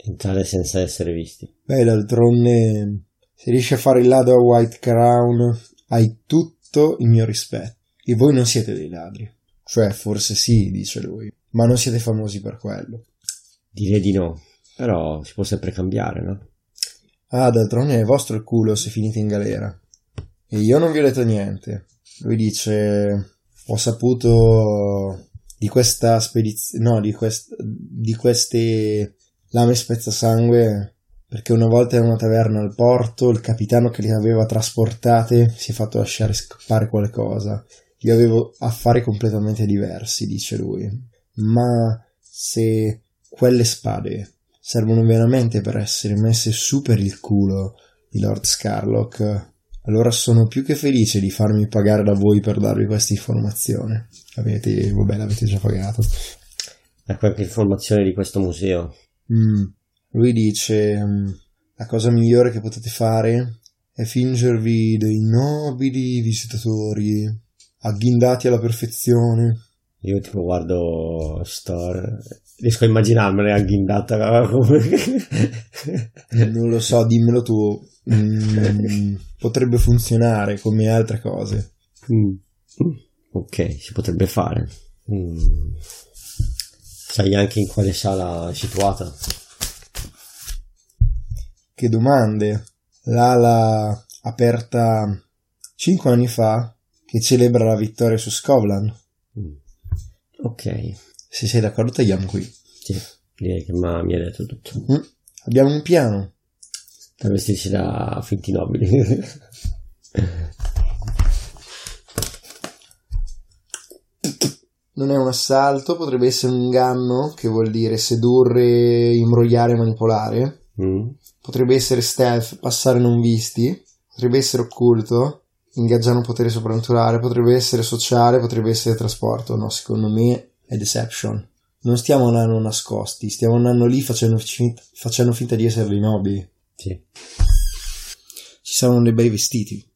entrare senza essere visti. Beh, d'altronde, se riesci a fare il ladro a White Crown, hai tutto il mio rispetto. E voi non siete dei ladri. Cioè, forse sì, dice lui, ma non siete famosi per quello. Direi di no, però si può sempre cambiare, no? Ah, d'altronde è vostro il culo se finite in galera. E io non vi ho detto niente. Lui dice, ho saputo di questa spedizione, no, di, quest- di queste lame spezzasangue, perché una volta in una taverna al porto il capitano che le aveva trasportate si è fatto lasciare scappare qualcosa. Io avevo affari completamente diversi, dice lui. Ma se quelle spade servono veramente per essere messe su per il culo di Lord Scarlock, allora sono più che felice di farmi pagare da voi per darvi questa informazione. Avete, vabbè, l'avete già pagato. Hai qualche informazione di questo museo? Mm. Lui dice, la cosa migliore che potete fare è fingervi dei nobili visitatori, agghindati alla perfezione. Io tipo guardo Store, riesco a immaginarmela agghindata come... Non lo so, dimmelo tu. Mm, potrebbe funzionare come altre cose. Mm. Ok, si potrebbe fare. Mm. Sai anche in quale sala è situata? Che domande. L'ala aperta cinque anni fa che celebra la vittoria su Scovlan. Mm. Ok. Se sei d'accordo tagliamo qui. Sì, direi che ma mi hai detto tutto. Mm. Abbiamo un piano. Per vestirsi da finti nobili. Non è un assalto, potrebbe essere un inganno, che vuol dire sedurre, imbrogliare, manipolare. Mm. Potrebbe essere stealth, passare non visti. Potrebbe essere occulto, ingaggiare un potere soprannaturale. Potrebbe essere sociale, potrebbe essere trasporto. No, secondo me è deception. Non stiamo andando nascosti, stiamo andando lì facendo finta, facendo finta di essere dei nobili. Sì. Ci saranno dei bei vestiti.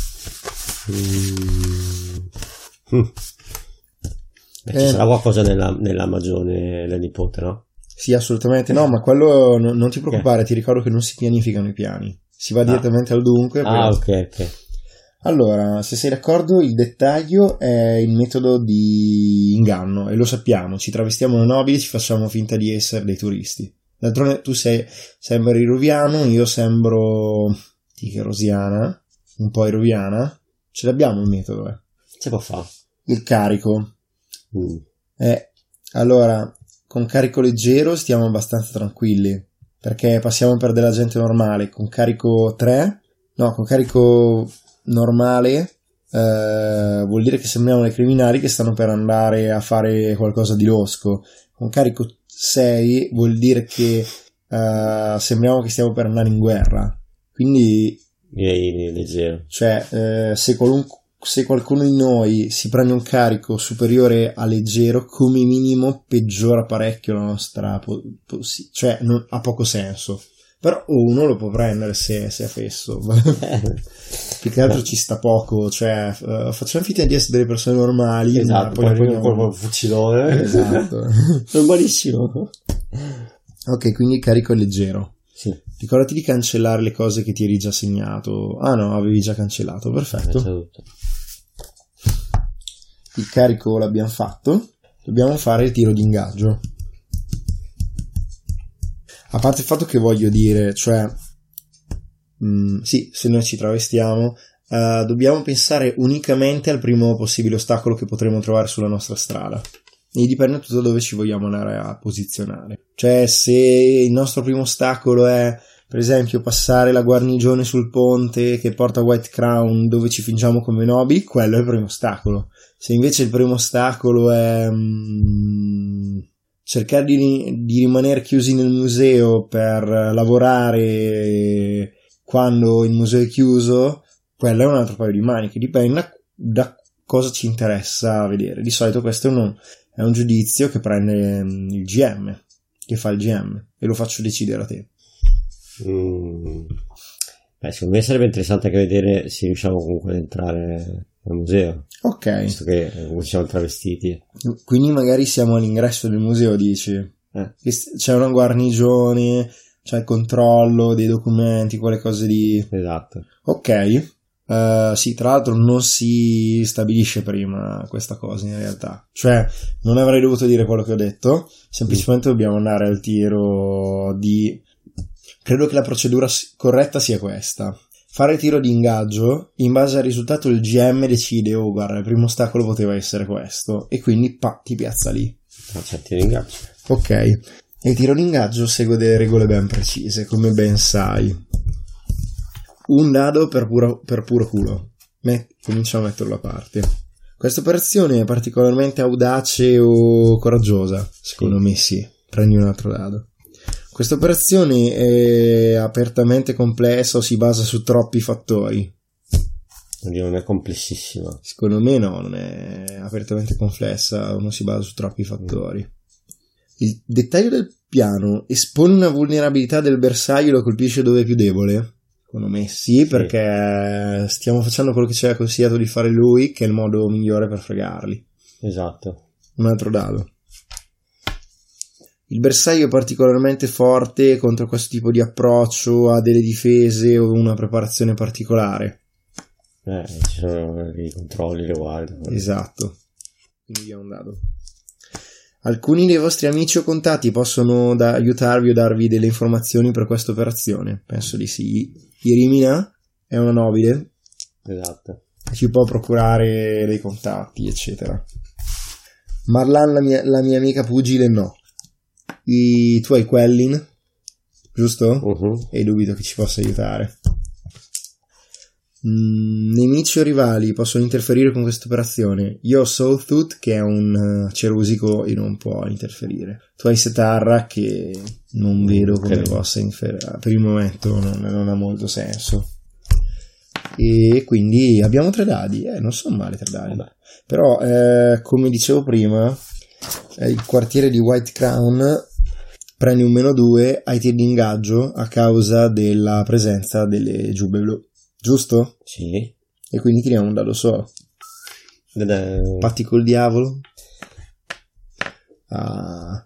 Mm. Mm. Beh, ci Eh. sarà qualcosa nella, nella magione del nipote, no? Sì, assolutamente no, ma quello no, non ti preoccupare, ti ricordo che non si pianificano i piani. Si va Ah. direttamente al dunque. Ah, però... ok, ok. Allora, se sei d'accordo, il dettaglio è il metodo di inganno, e lo sappiamo, ci travestiamo da nobili, ci facciamo finta di essere dei turisti. D'altronde tu sei, sembri Ruviano, io sembro Tica Rosiana, un po' Ruviana. Ce l'abbiamo il metodo, eh. Si può fare. Il carico. Mm. Eh, allora, con carico leggero stiamo abbastanza tranquilli, perché passiamo per della gente normale. Con carico tre, no, con carico normale eh, vuol dire che sembriamo dei criminali che stanno per andare a fare qualcosa di losco. Con carico sei vuol dire che eh, sembriamo che stiamo per andare in guerra. Quindi Direi leggero. cioè eh, se, qualunque, se qualcuno di noi si prende un carico superiore a leggero, come minimo peggiora parecchio la nostra po- possi- cioè non, ha poco senso. Però uno lo può prendere se, se è fesso. Più che altro ci sta poco. Cioè, uh, facciamo finta di essere delle persone normali. Esatto, ma poi poi con un fucilone. Esatto. Normalissimo. Ok, quindi carico leggero. Sì. Ricordati di cancellare le cose che ti eri già segnato. Ah no, avevi già cancellato. Perfetto. Il carico l'abbiamo fatto. Dobbiamo fare il tiro di ingaggio. A parte il fatto che voglio dire, cioè, mh, sì, se noi ci travestiamo, uh, dobbiamo pensare unicamente al primo possibile ostacolo che potremo trovare sulla nostra strada. E dipende tutto da dove ci vogliamo andare a posizionare. Cioè, se il nostro primo ostacolo è, per esempio, passare la guarnigione sul ponte che porta a White Crown, dove ci fingiamo come nobili, quello è il primo ostacolo. Se invece il primo ostacolo è... Mh, cercare di, di rimanere chiusi nel museo per lavorare quando il museo è chiuso, quello è un altro paio di maniche, dipende da cosa ci interessa vedere. Di solito questo è un, è un giudizio che prende il G M, che fa il G M, e lo faccio decidere a te. Mm. Beh, secondo me sarebbe interessante anche vedere se riusciamo comunque ad entrare al museo. Ok. Visto che eh, siamo travestiti. Quindi magari siamo all'ingresso del museo, dici? Eh. C'è una guarnigione, c'è il controllo dei documenti, quelle cose lì. Esatto. Ok. Uh, sì, tra l'altro non si stabilisce prima questa cosa in realtà, cioè non avrei dovuto dire quello che ho detto, semplicemente mm. dobbiamo andare al tiro di... Credo che la procedura corretta sia questa: fare il tiro di ingaggio, in base al risultato il G M decide, oh guarda, il primo ostacolo poteva essere questo, e quindi pa, ti piazza lì. Faccia il tiro di ingaggio. Ok, e il tiro di ingaggio segue delle regole ben precise, come ben sai. Un dado per puro, per puro culo. Met- cominciamo a metterlo a parte. Questa operazione è particolarmente audace o coraggiosa? Secondo sì. me sì. Prendi un altro dado. Questa operazione è apertamente complessa o si basa su troppi fattori? Non è complessissima. Secondo me no, non è apertamente complessa o non si basa su troppi fattori. Il dettaglio del piano espone una vulnerabilità del bersaglio e lo colpisce dove è più debole? Secondo me sì, perché stiamo facendo quello che ci ha consigliato di fare lui, che è il modo migliore per fregarli. Esatto. Un altro dado. Il bersaglio è particolarmente forte contro questo tipo di approccio, ha delle difese o una preparazione particolare. Eh, ci sono i controlli, le guardie. Esatto. Quindi via un dado. Alcuni dei vostri amici o contatti possono da aiutarvi o darvi delle informazioni per questa operazione? Penso di sì. Irimina è una nobile. Esatto. Ci può procurare dei contatti, eccetera. Marlan, la mia, la mia amica pugile, no. I, tu hai Quellin, giusto? Uh-huh. E dubito che ci possa aiutare. Mm, nemici o rivali possono interferire con questa operazione. Io ho Soultooth, che è un uh, cerusico e non può interferire. Tu hai Setarra, che non vedo come okay. possa interferire. Per il momento non, non ha molto senso. E quindi abbiamo tre dadi. Eh, non sono male tre dadi. Vabbè. Però, eh, come dicevo prima, eh, il quartiere di White Crown prende un meno due ai tiri di ingaggio a causa della presenza delle giubbe blu. Giusto? Sì. E quindi tiriamo un dado solo. Dede... Patti col diavolo. Ah.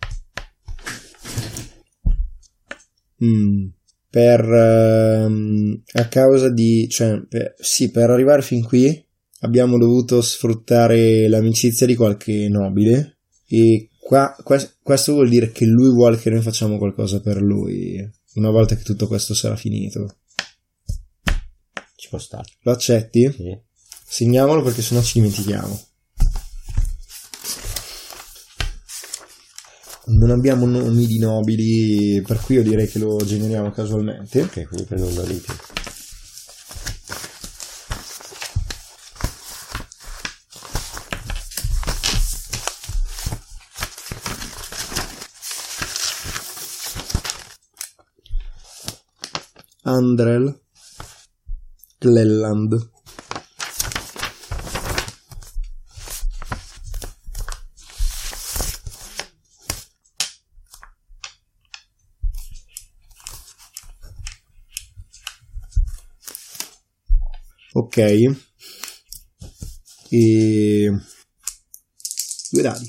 Mm. Per um, a causa di cioè per, sì, per arrivare fin qui abbiamo dovuto sfruttare l'amicizia di qualche nobile e qua que- questo vuol dire che lui vuole che noi facciamo qualcosa per lui una volta che tutto questo sarà finito. Ci può stare. Lo accetti? Sì. Segniamolo perché sennò ci dimentichiamo. Non abbiamo nomi di nobili, per cui io direi che lo generiamo casualmente. Ok, quindi prendo un dado in più. Andrel Cleland. Ok, e due dadi.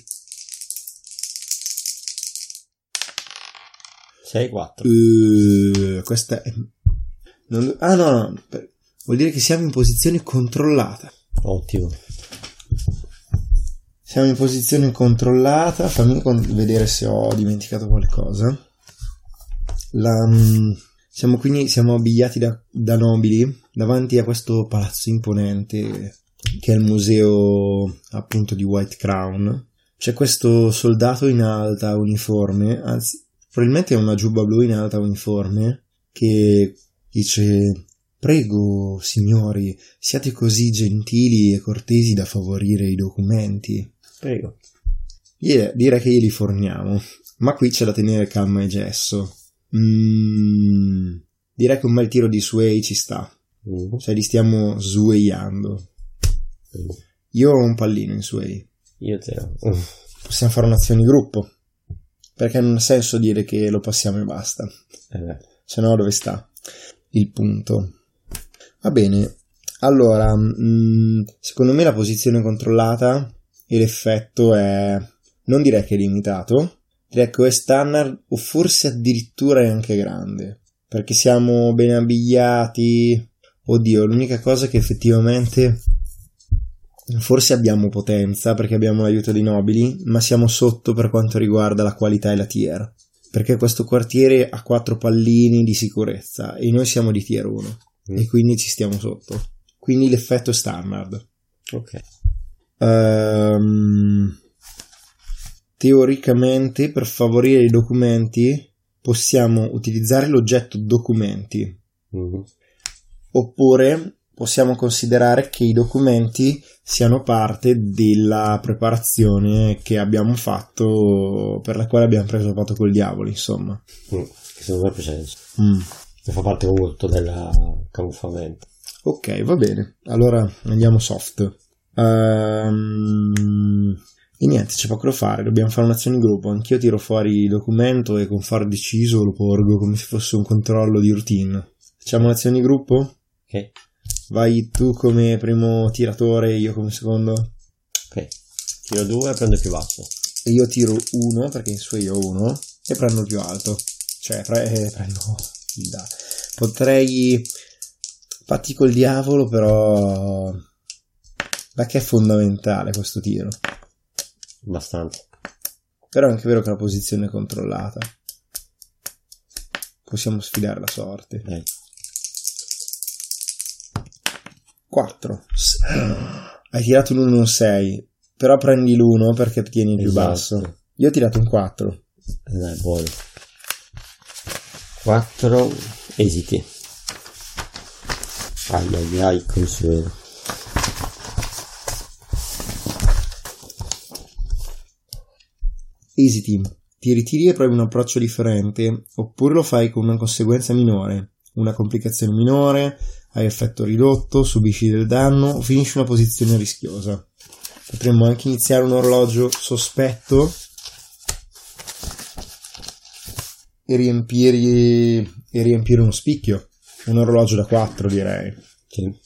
sei quattro. Uh, questa è... non... ah no, no, vuol dire che siamo in posizione controllata. Ottimo. Siamo in posizione controllata. Fammi vedere se ho dimenticato qualcosa. La... Siamo quindi siamo abbigliati da, da nobili davanti a questo palazzo imponente che è il museo appunto di White Crown. C'è questo soldato in alta uniforme, anzi probabilmente è una giubba blu in alta uniforme, che dice: prego signori, siate così gentili e cortesi da favorire i documenti. Prego. Yeah, direi che li forniamo, ma qui c'è da tenere calma e gesso. Mm, direi che un bel tiro di sway ci sta. Uh. Cioè li stiamo swayando. Uh. Io ho un pallino in sway. Io zero. Uh. Possiamo fare un'azione di gruppo, perché non ha senso dire che lo passiamo e basta. Eh se no dove sta il punto? Va bene, allora mh, secondo me la posizione è controllata e l'effetto è, non direi che è limitato, Ecco, è standard o forse addirittura è anche grande, perché siamo ben abbigliati. Oddio, l'unica cosa è che effettivamente forse abbiamo potenza perché abbiamo l'aiuto dei nobili, ma siamo sotto per quanto riguarda la qualità e la tier, perché questo quartiere ha quattro pallini di sicurezza e noi siamo di tier uno mm. e quindi ci stiamo sotto, quindi l'effetto è standard. Ok. Um, teoricamente per favorire i documenti possiamo utilizzare l'oggetto documenti mm-hmm. oppure possiamo considerare che i documenti siano parte della preparazione che abbiamo fatto, per la quale abbiamo preso il patto col diavolo, insomma. Mm, che secondo me ha più senso. Mm. Che fa parte molto del camuffamento. Ok, va bene. Allora andiamo soft. Um, e niente, c'è poco da fare. Dobbiamo fare un'azione in gruppo. Anch'io tiro fuori il documento e con far deciso lo porgo come se fosse un controllo di routine. Facciamo un'azione in gruppo? Ok. Vai tu come primo tiratore, io come secondo. Ok. Tiro due e prendo il più basso. E io tiro uno, perché in suo io ho uno, e prendo il più alto. Cioè, pre- eh, prendo il da. Potrei patti col diavolo, però perché è fondamentale questo tiro. Abbastanza. Però è anche vero che la posizione è controllata. Possiamo sfidare la sorte. Dai. quattro. Hai tirato un uno e un sei, però prendi l'uno perché tieni il più esatto. basso. Io ho tirato un quattro. Dai, buono. quattro esiti. Ai ai ai, consuelo. Esiti. Ti ritiri e provi un approccio differente, oppure lo fai con una conseguenza minore, una complicazione minore, hai effetto ridotto, subisci del danno o finisci una posizione rischiosa. Potremmo anche iniziare un orologio sospetto e riempire, e riempire uno spicchio. Un orologio da quattro, direi. Sì.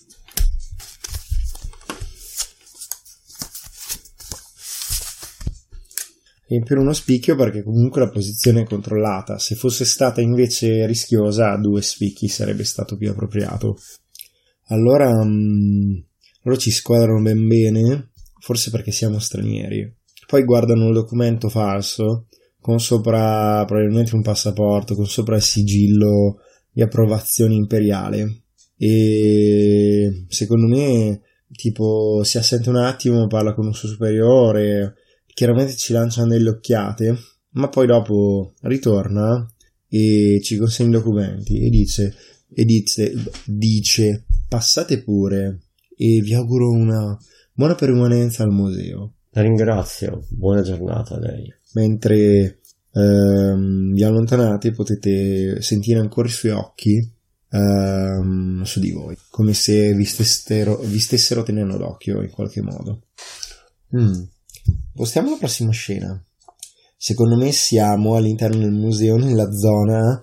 Riempire uno spicchio perché comunque la posizione è controllata. Se fosse stata invece rischiosa, due spicchi sarebbe stato più appropriato. Allora, um, loro ci squadrano ben bene, forse perché siamo stranieri. Poi guardano il documento falso con sopra probabilmente un passaporto, con sopra il sigillo di approvazione imperiale, e secondo me tipo si assente un attimo, parla con un suo superiore, chiaramente ci lanciano delle occhiate, ma poi dopo ritorna e ci consegna i documenti e dice e dice, dice passate pure e vi auguro una buona permanenza al museo. La ringrazio, buona giornata a lei. Mentre ehm, vi allontanate potete sentire ancora i suoi occhi ehm, su di voi, come se vi stessero, vi stessero tenendo d'occhio in qualche modo. Mm. Postiamo la prossima scena. Secondo me siamo all'interno del museo, nella zona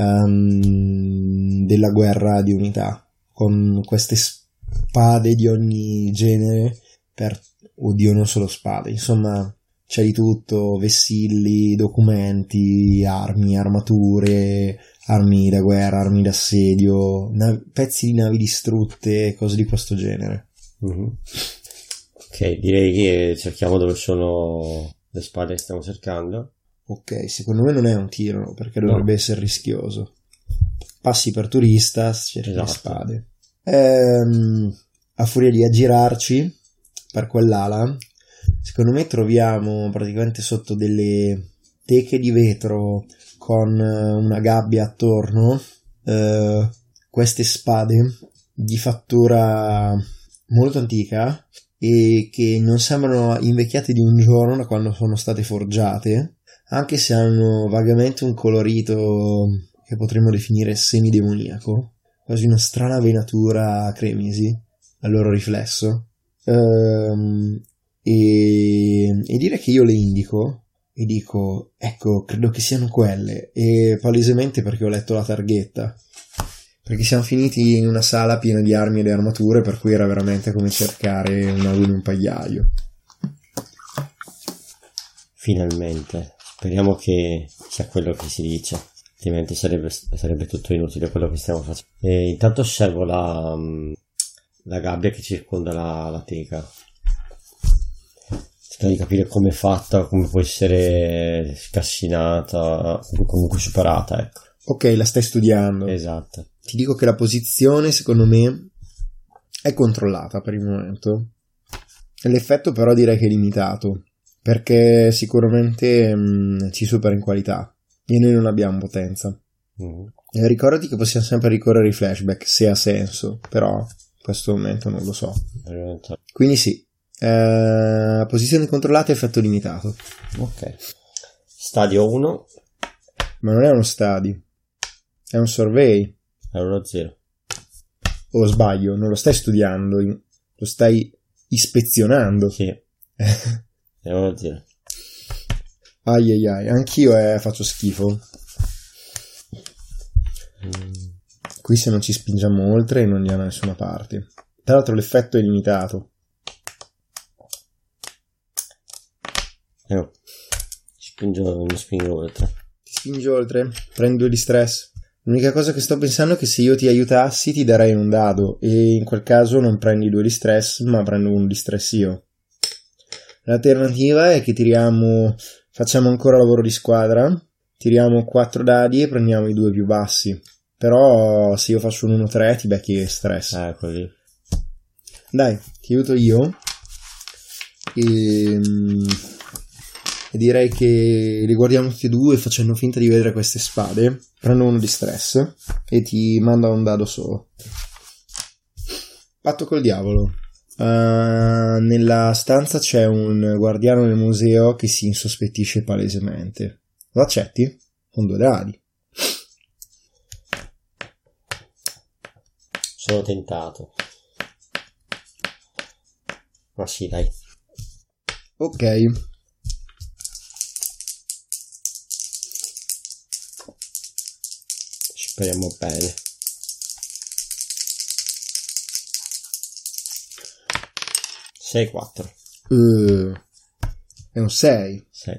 um, della guerra di unità, con queste spade di ogni genere, per oddio non solo spade, insomma c'è di tutto, vessilli, documenti, armi, armature, armi da guerra, armi d'assedio, nav- pezzi di navi distrutte, cose di questo genere. Mm-hmm. Ok, direi che cerchiamo dove sono le spade che stiamo cercando. Ok, secondo me non è un tiro, perché dovrebbe no. essere rischioso. Passi per turista, cerchi esatto. le spade. Ehm, a furia di aggirarci per quell'ala, secondo me troviamo praticamente sotto delle teche di vetro con una gabbia attorno eh, queste spade di fattura molto antica e che non sembrano invecchiate di un giorno da quando sono state forgiate, anche se hanno vagamente un colorito che potremmo definire semidemoniaco, quasi una strana venatura cremisi al loro riflesso. Ehm, e, e dire che io le indico e dico ecco, credo che siano quelle, e palesemente perché ho letto la targhetta, perché siamo finiti in una sala piena di armi e di armature, per cui era veramente come cercare un ago in un pagliaio. Finalmente, Speriamo che sia quello che si dice, altrimenti sarebbe, sarebbe tutto inutile quello che stiamo facendo. E intanto osservo la, la gabbia che circonda la, la teca. Cerco di capire come è fatta, come può essere scassinata, comunque superata, ecco. Ok, la stai studiando. Esatto. Ti dico che la posizione, secondo me, è controllata per il momento. L'effetto però direi che è limitato, perché sicuramente mh, ci supera in qualità e noi non abbiamo potenza. Mm. E ricordati che possiamo sempre ricorrere ai flashback se ha senso, però in questo momento non lo so. Quindi sì, eh, posizione controllata, effetto limitato. Ok. Stadio uno. Ma non è uno stadio, è un survey. Allora zero. O sbaglio, non lo stai studiando, lo stai ispezionando. Sì. È uno zero. Ai ai ai, anch'io eh, faccio schifo. Mm. Qui se non ci spingiamo oltre non andiamo da nessuna parte. Tra l'altro l'effetto è limitato. Eh no. Spingo, non spingo oltre. Ti spingi oltre? Prendi due di stress. L'unica cosa che sto pensando è che se io ti aiutassi ti darei un dado e in quel caso non prendi due di stress ma prendo uno di stress io. L'alternativa è che tiriamo, facciamo ancora lavoro di squadra, tiriamo quattro dadi e prendiamo i due più bassi. Però se io faccio un uno tre ti becchi stress. Ah, così. Dai, ti aiuto io e, e direi che li guardiamo tutti e due facendo finta di vedere queste spade. Prendo uno di stress e ti mando un dado solo. Patto col diavolo. Uh, nella stanza c'è un guardiano del museo che si insospettisce palesemente. Lo accetti? Con due dadi. Sono tentato. Ma sì, dai. Ok. Speriamo bene. sei quattro. Uh, è un sei. sei.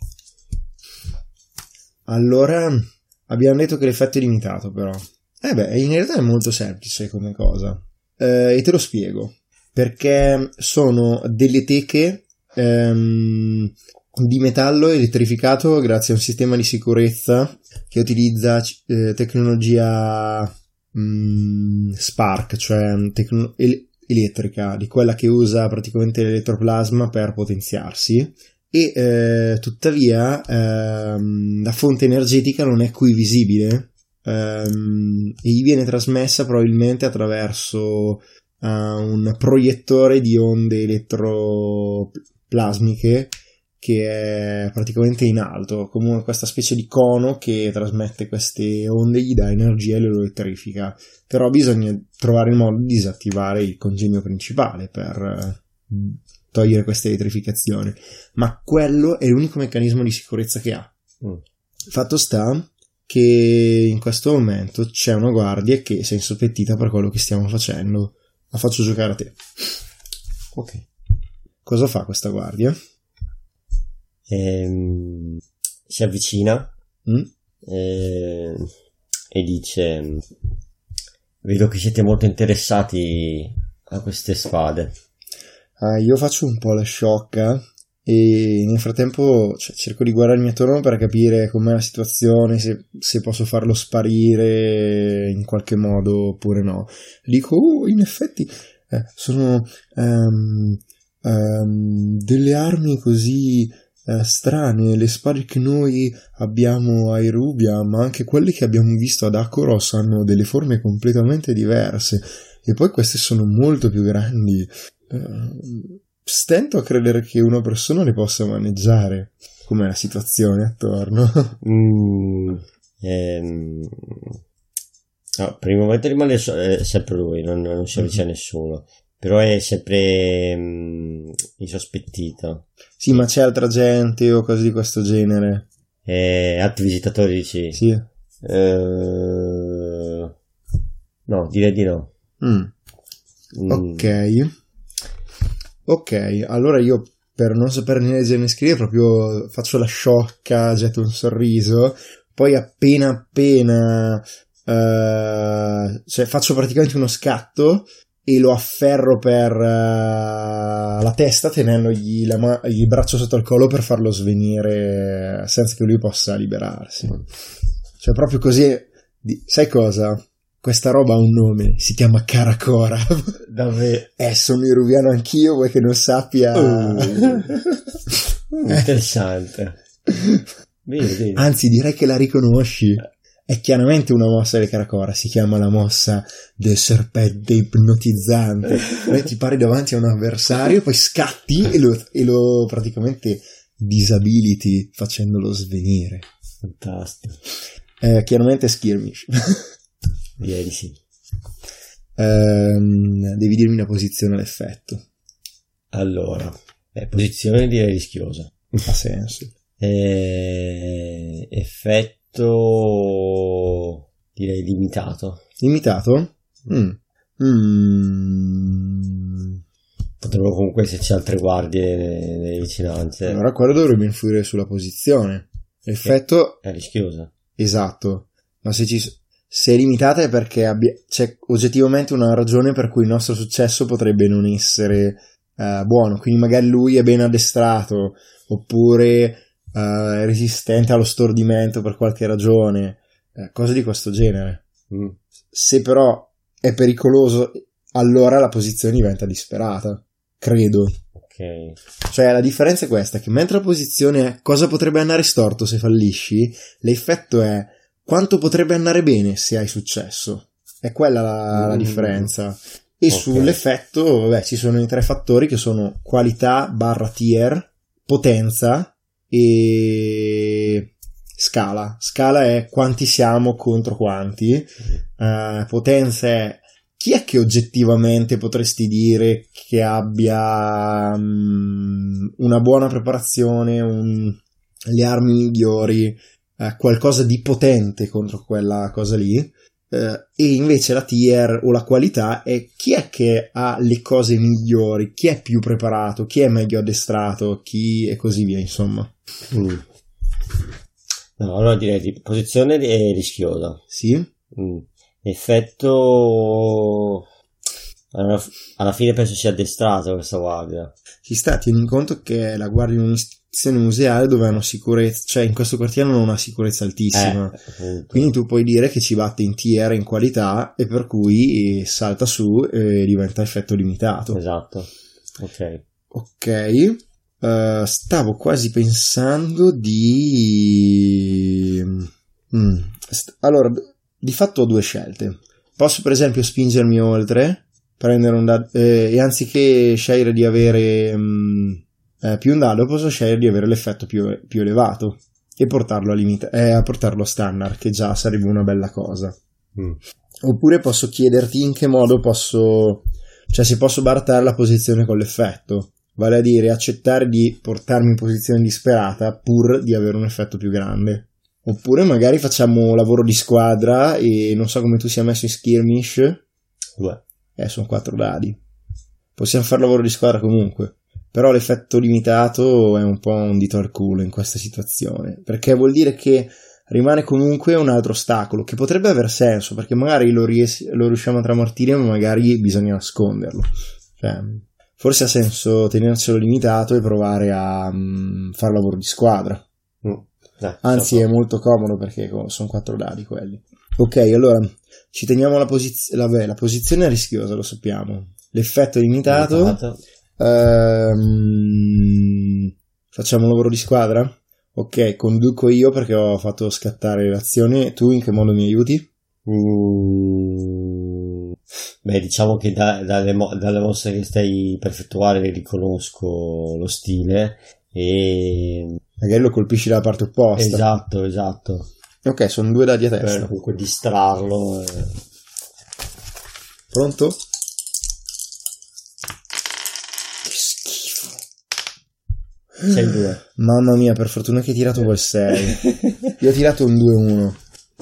Allora, abbiamo detto che l'effetto è limitato però. Eh beh, in realtà è molto semplice come cosa. Eh, e te lo spiego. Perché sono delle teche ehm, di metallo elettrificato grazie a un sistema di sicurezza che utilizza eh, tecnologia mh, Spark, cioè tecno- el- elettrica, di quella che usa praticamente l'elettroplasma per potenziarsi e eh, tuttavia ehm, la fonte energetica non è qui visibile ehm, e gli viene trasmessa probabilmente attraverso uh, un proiettore di onde elettroplasmiche che è praticamente in alto, come questa specie di cono che trasmette queste onde, gli dà energia e lo elettrifica. Però bisogna trovare il modo di disattivare il congegno principale per uh, togliere questa elettrificazione. Ma quello è l'unico meccanismo di sicurezza che ha. Mm. Fatto sta che in questo momento c'è una guardia che si è insospettita per quello che stiamo facendo. La faccio giocare a te. Ok. Cosa fa questa guardia? Ehm, si avvicina mm? e, e dice: vedo che siete molto interessati a queste spade. Ah, io faccio un po' la sciocca e nel frattempo cioè, cerco di guardarmi attorno per capire com'è la situazione, se, se posso farlo sparire in qualche modo oppure no. Dico, oh, in effetti eh, sono um, um, delle armi così eh, strane, le spade che noi abbiamo a Irubia, ma anche quelle che abbiamo visto ad Akoros hanno delle forme completamente diverse e poi queste sono molto più grandi. Uh, stento a credere che una persona le possa maneggiare. Com'è la situazione attorno? mm, ehm, no, per il momento rimane so- è sempre lui, non, non si avvicina a nessuno, però è sempre mm, insospettito. Sì, ma c'è altra gente o cose di questo genere? E altri visitatori dici? Sì. Uh, no, direi di no. Mm. Mm. Ok. Ok, allora io per non sapere né leggere né scrivere proprio faccio la sciocca, getto un sorriso, poi appena appena uh, cioè faccio praticamente uno scatto e lo afferro per uh, la testa tenendogli la ma- il braccio sotto il collo per farlo svenire senza che lui possa liberarsi. Cioè proprio così. Sai cosa? Questa roba ha un nome, si chiama Karakora. Davvero? Eh, sono iruviano anch'io, vuoi che non sappia? Uh, interessante. Bene, bene. Anzi, direi che la riconosci. È chiaramente una mossa del Karakora, si chiama la mossa del serpente ipnotizzante. Ti pari davanti a un avversario, poi scatti e lo, e lo praticamente disabiliti facendolo svenire. Fantastico. Eh, chiaramente skirmish. Direi di sì. Ehm, devi dirmi una posizione all'effetto. Allora, eh, posizione direi rischiosa. Ha senso. Eh, effetto direi limitato. Limitato? Mm. Mm. Potrebbero comunque esserci altre guardie nelle, nelle vicinanze. Allora quello dovrebbe influire sulla posizione. L'effetto è rischiosa. Esatto. Ma se ci se è limitata è perché abbia, c'è oggettivamente una ragione per cui il nostro successo potrebbe non essere uh, buono. Quindi magari lui è ben addestrato oppure uh, è resistente allo stordimento per qualche ragione, eh, cose di questo genere. Mm. Se però è pericoloso, allora la posizione diventa disperata, credo. Ok. Cioè la differenza è questa, che mentre la posizione è cosa potrebbe andare storto se fallisci, l'effetto è quanto potrebbe andare bene se hai successo. È quella la, la differenza. E okay. Sull'effetto, vabbè, ci sono i tre fattori che sono qualità barra tier, potenza e scala. Scala è quanti siamo contro quanti. Uh, potenza è chi è che oggettivamente potresti dire che abbia um, una buona preparazione, un, le armi migliori, uh, qualcosa di potente contro quella cosa lì, uh, e invece la tier o la qualità è chi è che ha le cose migliori, chi è più preparato, chi è meglio addestrato, chi e così via, insomma. Mm. No, allora direi di posizione è rischiosa. Sì? Mm. Effetto alla, alla fine penso sia addestrato questa guardia. Ci sta, tieni conto che la guardia in un'istituzione museale dove hanno sicurezza, cioè in questo quartiere non ha una sicurezza altissima, eh, quindi tu puoi dire che ci batte in tier, in qualità, e per cui salta su e diventa effetto limitato. Esatto. Ok. Ok. Uh, stavo quasi pensando di mm. St- allora di fatto ho due scelte. Posso per esempio spingermi oltre, prendere un dado, eh, e anziché scegliere di avere mh, eh, più un dado, posso scegliere di avere l'effetto più, più elevato e portarlo a limita- eh, a portarlo standard, che già sarebbe una bella cosa. Mm. Oppure posso chiederti in che modo posso, cioè se posso barattare la posizione con l'effetto, vale a dire accettare di portarmi in posizione disperata pur di avere un effetto più grande. Oppure magari facciamo lavoro di squadra e non so come tu sia messo in skirmish. Due. Eh, sono quattro dadi. Possiamo fare lavoro di squadra comunque. Però l'effetto limitato è un po' un dito al culo in questa situazione. Perché vuol dire che rimane comunque un altro ostacolo, che potrebbe aver senso, perché magari lo, ries- lo riusciamo a tramortire, ma magari bisogna nasconderlo. Cioè, forse ha senso tenercelo limitato e provare a um, fare lavoro di squadra. Mm. Eh, Anzi è molto comodo perché sono quattro dadi quelli. Ok, allora ci teniamo la posizione. Vabbè, la posizione è rischiosa, lo sappiamo. L'effetto è limitato. limitato. Ehm, facciamo un lavoro di squadra? Ok, conduco io perché ho fatto scattare l'azione. Tu in che modo mi aiuti? Mm, beh, diciamo che da, dalle, mo- dalle mosse che stai per effettuare riconosco lo stile e magari lo colpisci dalla parte opposta. Esatto, esatto. Ok, sono due dadi a testa. Per comunque distrarlo. E... Pronto? Che schifo. sei due. Mamma mia, per fortuna che hai tirato quel sei. Io ho tirato un due uno.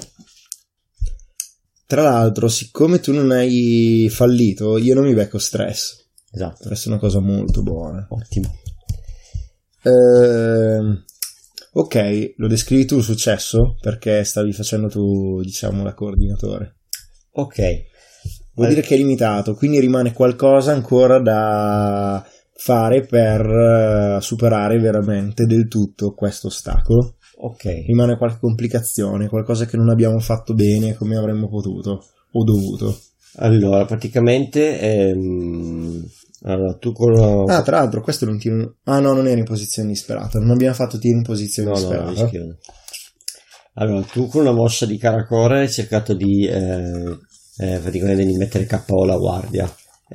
Tra l'altro, siccome tu non hai fallito, io non mi becco stress. Esatto. Questa è una cosa molto buona. Ottimo. Ehm, ok, lo descrivi tu il successo? Perché stavi facendo tu, diciamo, la coordinatore. Ok. Vuol dire che è limitato, quindi rimane qualcosa ancora da fare per uh, superare veramente del tutto questo ostacolo. Ok. Rimane qualche complicazione, qualcosa che non abbiamo fatto bene come avremmo potuto o dovuto. Allora, praticamente ehm, allora, tu con la... Ah, tra l'altro questo non tiro... Ah no, non era in posizione disperata, non abbiamo fatto tiro in posizione no, disperata. No, rischio. Allora, tu con una mossa di Karakore hai cercato di eh, eh, praticamente di mettere K O la guardia.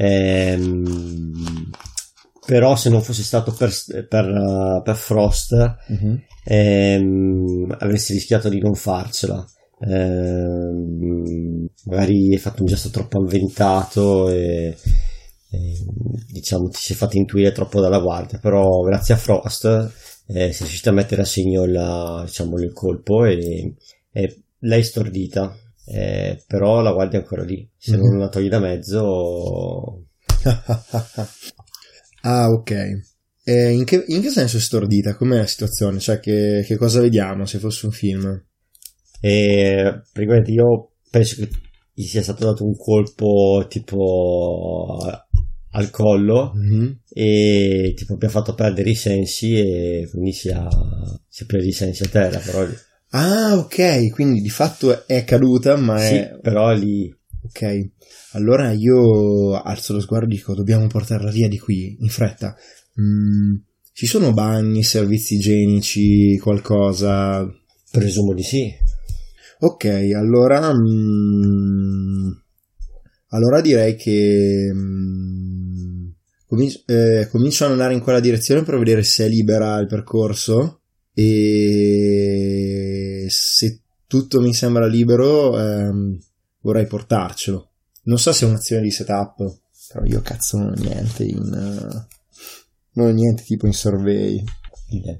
Ehm, però se non fosse stato per, per, uh, per Frost uh-huh. ehm, avresti rischiato di non farcela. Ehm, magari hai fatto un gesto troppo avventato e, e diciamo ti sei fatto intuire troppo dalla guardia, però grazie a Frost eh, sei riuscito a mettere a segno il, diciamo, il colpo e, e l'hai stordita, eh, però la guardia è ancora lì, se mm-hmm. non la togli da mezzo. Ah, ok. Eh, in, che, in che senso è stordita? Com'è la situazione? Cioè che, che cosa vediamo se fosse un film? E praticamente io penso che gli sia stato dato un colpo tipo al collo mm-hmm. e tipo abbia fatto perdere i sensi e quindi sia, sia preso i sensi a terra, però ah, ok, quindi di fatto è caduta, ma sì, è però è lì. Ok, allora io alzo lo sguardo e dico dobbiamo portarla via di qui in fretta. Mm, ci sono bagni, servizi igienici, qualcosa? Presumo di sì. Ok, allora mm, allora direi che mm, cominci- eh, comincio ad andare in quella direzione per vedere se è libera il percorso e se tutto mi sembra libero ehm, vorrei portarcelo. Non so se è un'azione di setup, però io cazzo non ho niente in uh, non ho niente tipo in survey. Yeah.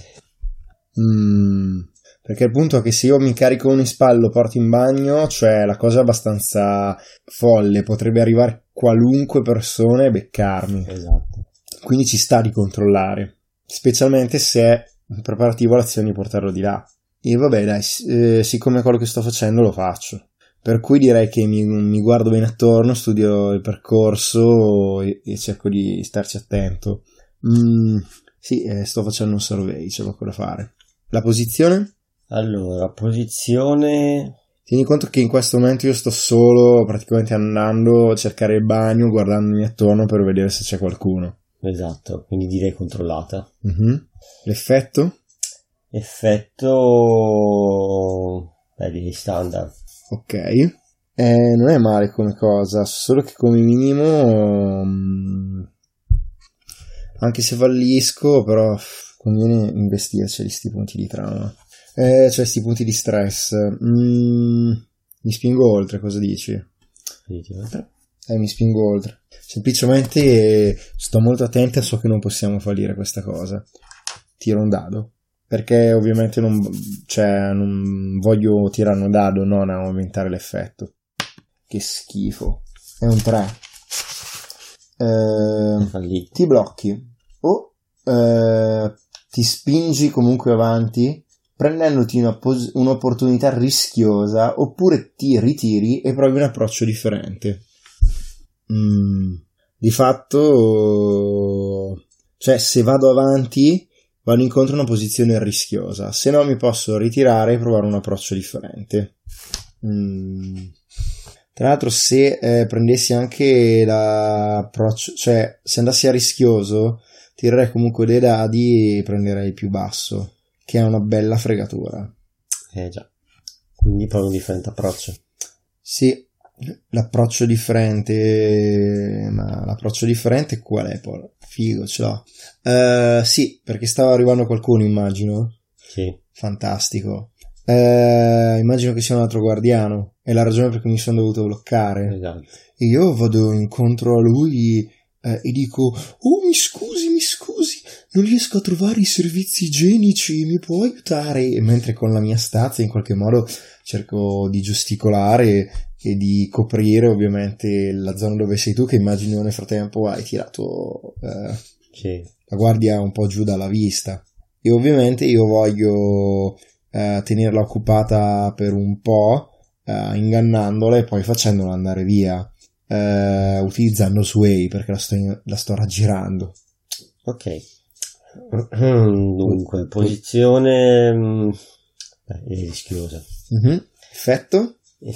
Mm, perché il punto è che se io mi carico uno in spallo lo porto in bagno, cioè la cosa è abbastanza folle, potrebbe arrivare qualunque persona e beccarmi. Esatto. Quindi ci sta di controllare, specialmente se è preparativo all'azione di portarlo di là. E vabbè dai, eh, siccome quello che sto facendo lo faccio. Per cui direi che mi, mi guardo bene attorno, studio il percorso e, e cerco di starci attento. Mm, sì, eh, sto facendo un survey, c'è poco da fare. La posizione? Allora, posizione... Tieni conto che in questo momento io sto solo praticamente andando a cercare il bagno, guardandomi attorno per vedere se c'è qualcuno. Esatto, quindi direi controllata. Mm-hmm. L'effetto? Effetto... Beh, direi standard. Ok, eh, non è male come cosa, solo che come minimo, um, anche se fallisco, però conviene investirci sti punti di trauma, eh, cioè sti punti di stress. Mm, mi spingo oltre, cosa dici? Eh, mi spingo oltre. Semplicemente sto molto attento e so che non possiamo fallire questa cosa. Tiro un dado. Perché ovviamente non, cioè, non voglio tirare un dado, non a aumentare l'effetto. Che schifo. È un tre. Eh, ti blocchi o eh, ti spingi comunque avanti prendendoti una pos- un'opportunità rischiosa, oppure ti ritiri e provi un approccio differente. Mm, di fatto, cioè se vado avanti vado incontro a una posizione rischiosa, se no mi posso ritirare e provare un approccio differente. Mm. Tra l'altro se eh, prendessi anche l'approccio, cioè se andassi a rischioso tirerei comunque dei dadi e prenderei il più basso, che è una bella fregatura. Eh già, quindi provo un differente approccio. Sì, l'approccio differente, ma l'approccio differente qual è poi? Figo, ce l'ho. Uh, sì, perché stava arrivando qualcuno, immagino. Sì. Fantastico. Uh, immagino che sia un altro guardiano. È la ragione per cui mi sono dovuto bloccare. Esatto. E io vado incontro a lui eh, e dico: oh, mi scusi, mi scusi, non riesco a trovare i servizi igienici, mi può aiutare? E mentre con la mia stazza in qualche modo cerco di gesticolare e di coprire ovviamente la zona dove sei tu, che immagino nel frattempo hai tirato eh, sì. la guardia un po' giù dalla vista. E ovviamente io voglio eh, tenerla occupata per un po', eh, ingannandola e poi facendola andare via, eh, utilizzando Sway perché la sto, la sto raggirando. Ok. Dunque, posizione beh, è rischiosa. Mm-hmm. Effetto?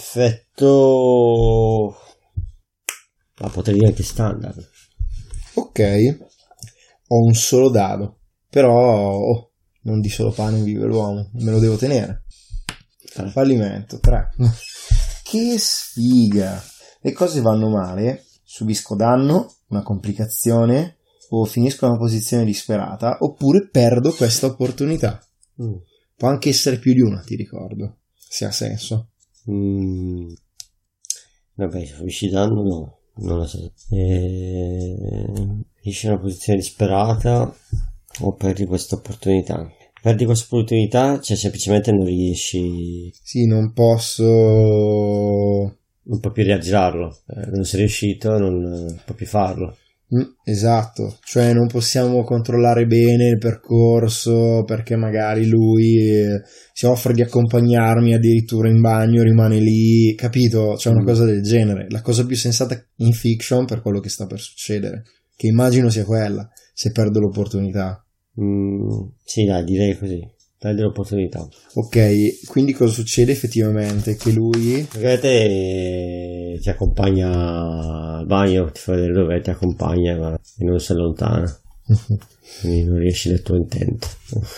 Effetto ma potrei dire anche standard. Ok, ho un solo dado, però oh, non di solo pane vive l'uomo, me lo devo tenere. Ah. Fallimento, tre. Che sfiga! Le cose vanno male, subisco danno, una complicazione, o finisco in una posizione disperata, oppure perdo questa opportunità. Mm. Può anche essere più di una, ti ricordo, se ha senso. Mm. Vabbè, se finisci danno no, non lo so. E... finisci in una posizione disperata o perdi questa opportunità. Perdi questa opportunità, cioè semplicemente non riesci. Sì, non posso. Non puoi più riaggirarlo. Eh, non sei riuscito, non, non puoi più farlo. Mm, esatto, cioè non possiamo controllare bene il percorso perché magari lui eh, si offre di accompagnarmi addirittura in bagno, rimane lì, capito? C'è una Mm. cosa del genere. La cosa più sensata in fiction per quello che sta per succedere, che immagino sia quella, se perdo l'opportunità. Mm, sì, dai, direi così. Perdi l'opportunità. Ok, quindi cosa succede effettivamente? Che lui... Perché te ti accompagna al bagno, ti fa vedere dove ti accompagna ma e non si allontana. Quindi non riesci nel tuo intento.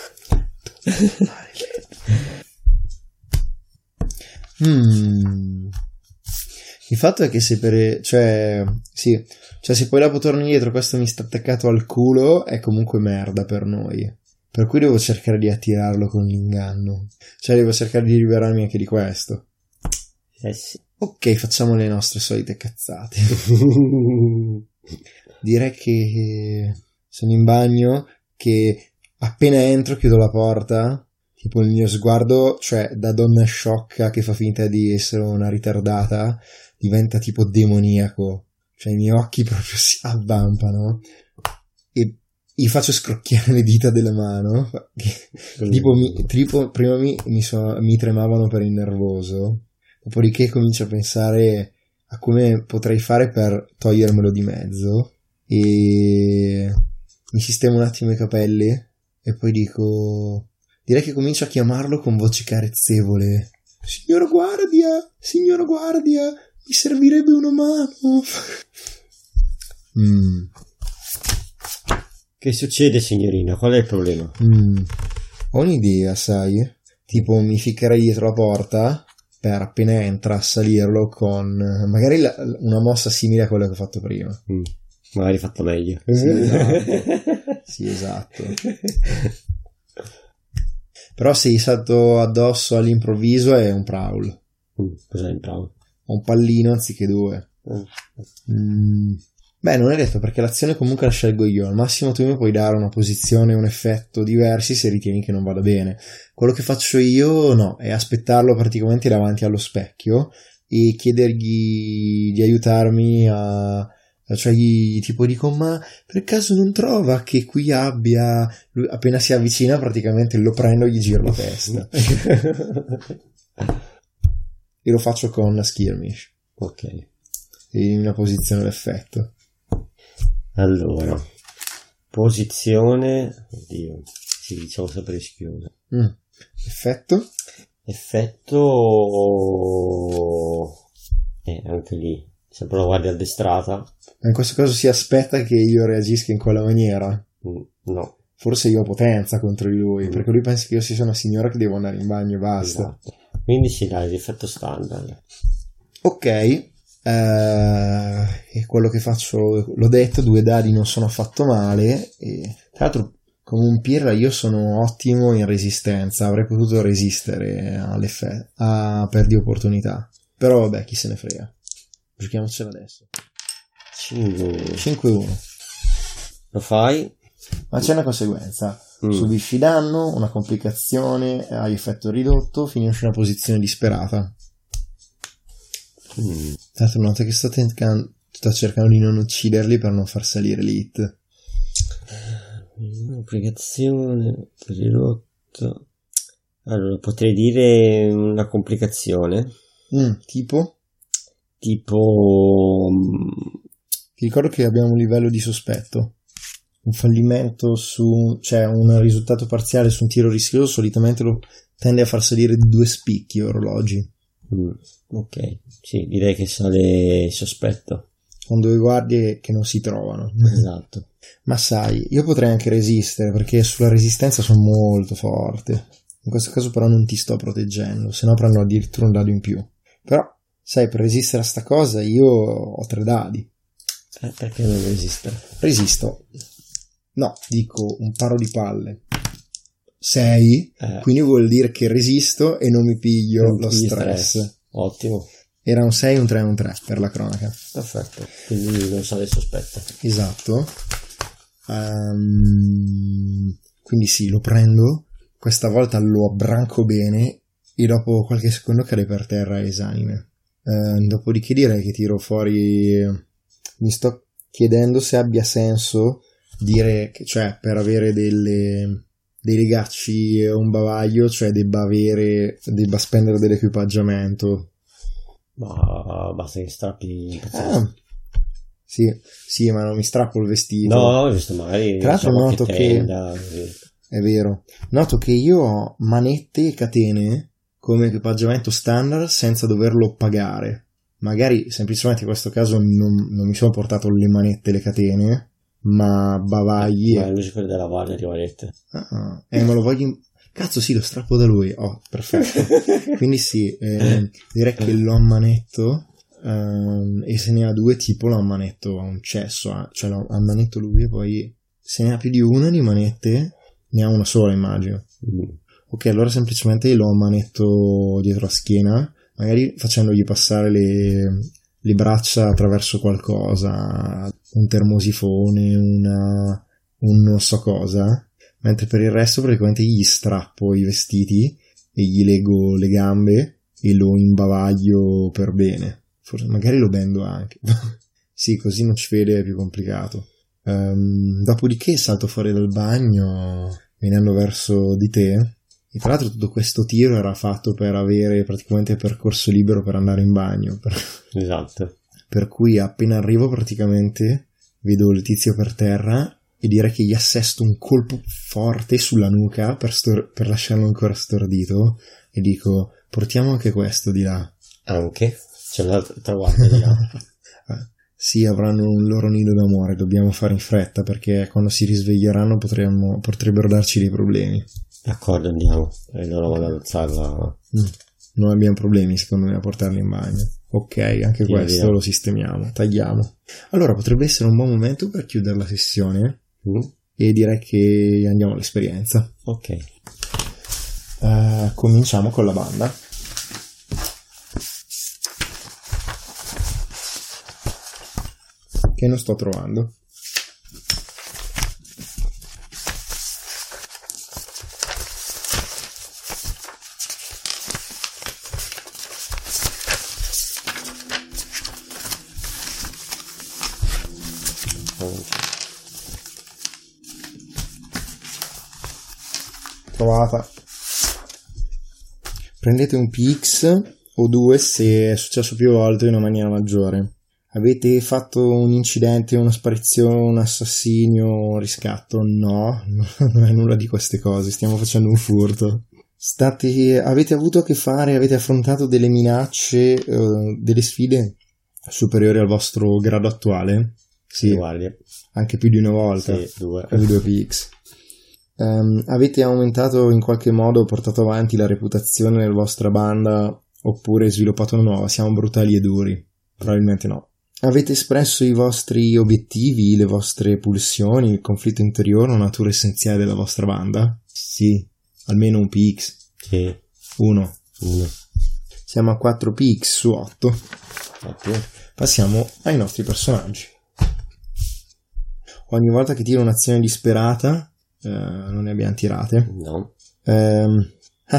Mm. Il fatto è che se per... cioè... sì, cioè se poi dopo torno indietro questo mi sta attaccato al culo è comunque merda per noi. Per cui devo cercare di attirarlo con l'inganno. Cioè devo cercare di liberarmi anche di questo. Eh sì. Ok, facciamo le nostre solite cazzate. Direi che sono in bagno, che appena entro chiudo la porta, tipo il mio sguardo, cioè da donna sciocca che fa finta di essere una ritardata, diventa tipo demoniaco. Cioè i miei occhi proprio si avvampano e gli faccio scrocchiare le dita della mano. tipo, mi, tipo prima mi, mi, so, mi tremavano per il nervoso. Dopodiché comincio a pensare a come potrei fare per togliermelo di mezzo e mi sistemo un attimo i capelli e poi dico, direi che comincio a chiamarlo con voce carezzevole. Signora guardia, signora guardia, mi servirebbe una mano. mm. Che succede, signorina? Qual è il problema? Mm. Ho un'idea, sai? Tipo mi ficcherei dietro la porta per appena entra a salirlo con magari la, una mossa simile a quella che ho fatto prima. Mm. Magari fatta meglio. Sì, esatto. Sì, esatto. Però se gli salto addosso all'improvviso è un prowl. Mm. Cos'è il prowl? Ho un pallino anziché due. Mm. Mm. Beh, non è detto perché l'azione comunque la scelgo io. Al massimo tu mi puoi dare una posizione e un effetto diversi se ritieni che non vada bene. Quello che faccio io no, è aspettarlo praticamente davanti allo specchio e chiedergli di aiutarmi a... cioè gli tipo dico, ma per caso non trova che qui abbia... Lui, appena si avvicina praticamente lo prendo e gli giro la testa. E lo faccio con skirmish. Ok. In una posizione d'effetto. Allora, posizione, oddio, si diciamo sempre rischiosa. Mm. Effetto? Effetto, eh, anche lì, sempre una guardia addestrata. In questo caso si aspetta che io reagisca in quella maniera. Mm, no. Forse io ho potenza contro di lui, Mm. perché lui pensa che io sia una signora che devo andare in bagno e basta. Esatto. Quindi si dà l'effetto standard. Ok. Uh, e quello che faccio, l'ho detto, due dadi non sono affatto male e tra l'altro come un pirla io sono ottimo in resistenza, avrei potuto resistere all'effetto a perdi opportunità, però vabbè, chi se ne frega, giochiamocela adesso. cinque uno Lo fai? Ma c'è una conseguenza. Mm. Subisci danno, una complicazione, hai effetto ridotto, finisci in una posizione disperata. Mm. Tra l'altro noto che sto, tencan- sto cercando di non ucciderli per non far salire l'hit. Complicazione, ridotto. Allora, potrei dire una complicazione. Mm, tipo? Tipo... Ti ricordo che abbiamo un livello di sospetto. Un fallimento su... cioè un risultato parziale su un tiro rischioso solitamente lo tende a far salire di due spicchi orologi. Mm, ok, sì, direi che sale sospetto. Con due guardie che non si trovano. Esatto. Ma sai, io potrei anche resistere, perché sulla resistenza sono molto forte. In questo caso però non ti sto proteggendo, se no prendo addirittura un dado in più. Però, sai, per resistere a sta cosa io ho tre dadi. Eh, perché non resistere? Resisto. No, dico un paro di palle. sei, Eh. Quindi vuol dire che resisto e non mi piglio Non lo pigli stress. stress. Ottimo. Era un sei, un tre, un tre per la cronaca. Perfetto. Quindi non sale sospetto. Esatto. Um, quindi sì, lo prendo. Questa volta lo abbranco bene e dopo qualche secondo cade per terra esanime. Uh, dopodiché direi che tiro fuori... Mi sto chiedendo se abbia senso dire che, cioè, per avere delle... dei legacci e un bavaglio, cioè debba avere, debba spendere dell'equipaggiamento. Ma basta che strappi. Ah, sì, sì, ma non mi strappo il vestito. No, giusto, magari. Tra l'altro noto che, tenda, è vero, noto che io ho manette e catene come equipaggiamento standard senza doverlo pagare. Magari semplicemente in questo caso non, non mi sono portato le manette e le catene, ma bavagli. Ma è lui quello della Valle Rivalette. Ah, eh, ma lo voglio. In... Cazzo, sì, lo strappo da lui. Oh, perfetto. Quindi sì, eh, direi che lo ammanetto. Um, e se ne ha due, tipo lo ammanetto a un cesso. Ah, cioè lo ammanetto lui e poi se ne ha più di una di manette, ne ha una sola, immagino. Mm. Ok, allora semplicemente lo ammanetto dietro la schiena, magari facendogli passare le. le braccia attraverso qualcosa, un termosifone, una, un non so cosa, mentre per il resto praticamente gli strappo i vestiti e gli lego le gambe e lo imbavaglio per bene. Forse magari lo bendo anche. Sì, così non ci vede, è più complicato. Um, dopodiché salto fuori dal bagno venendo verso di te. E tra l'altro tutto questo tiro era fatto per avere praticamente percorso libero per andare in bagno. Esatto. Per cui appena arrivo praticamente vedo il tizio per terra e direi che gli assesto un colpo forte sulla nuca per, stor- per lasciarlo ancora stordito e dico: portiamo anche questo di là. Anche? C'è un'altra guardia di là. Sì, avranno un loro nido d'amore, dobbiamo fare in fretta perché quando si risveglieranno potremmo, potrebbero darci dei problemi. D'accordo, andiamo. E loro vanno ad alzarla. Mm. Non abbiamo problemi secondo me a portarli in bagno. Ok, anche Sì, questo via. lo sistemiamo, tagliamo. Allora potrebbe essere un buon momento per chiudere la sessione Mm. e direi che andiamo all'esperienza. Ok. Uh, cominciamo con la banda. Che non sto trovando. Trovata. Prendete un P X o due se è successo più volte in una maniera maggiore. Avete fatto un incidente, una sparizione, un assassinio, un riscatto? No, non è nulla di queste cose, stiamo facendo un furto. State, avete avuto a che fare, avete affrontato delle minacce, uh, delle sfide superiori al vostro grado attuale? Sì, Guardia. anche più di una volta. Sì, due. Con i due P X. Um, avete aumentato in qualche modo, portato avanti la reputazione della vostra banda oppure sviluppato una nuova? Siamo brutali e duri? Probabilmente no. Avete espresso i vostri obiettivi, le vostre pulsioni, il conflitto interiore, una natura essenziale della vostra banda? Sì, almeno un P X. Sì. Uno. Uno. Siamo a quattro P X su otto. Ottimo. Passiamo ai nostri personaggi. Ogni volta che tiro un'azione disperata, eh, non ne abbiamo tirate. No. Ehm,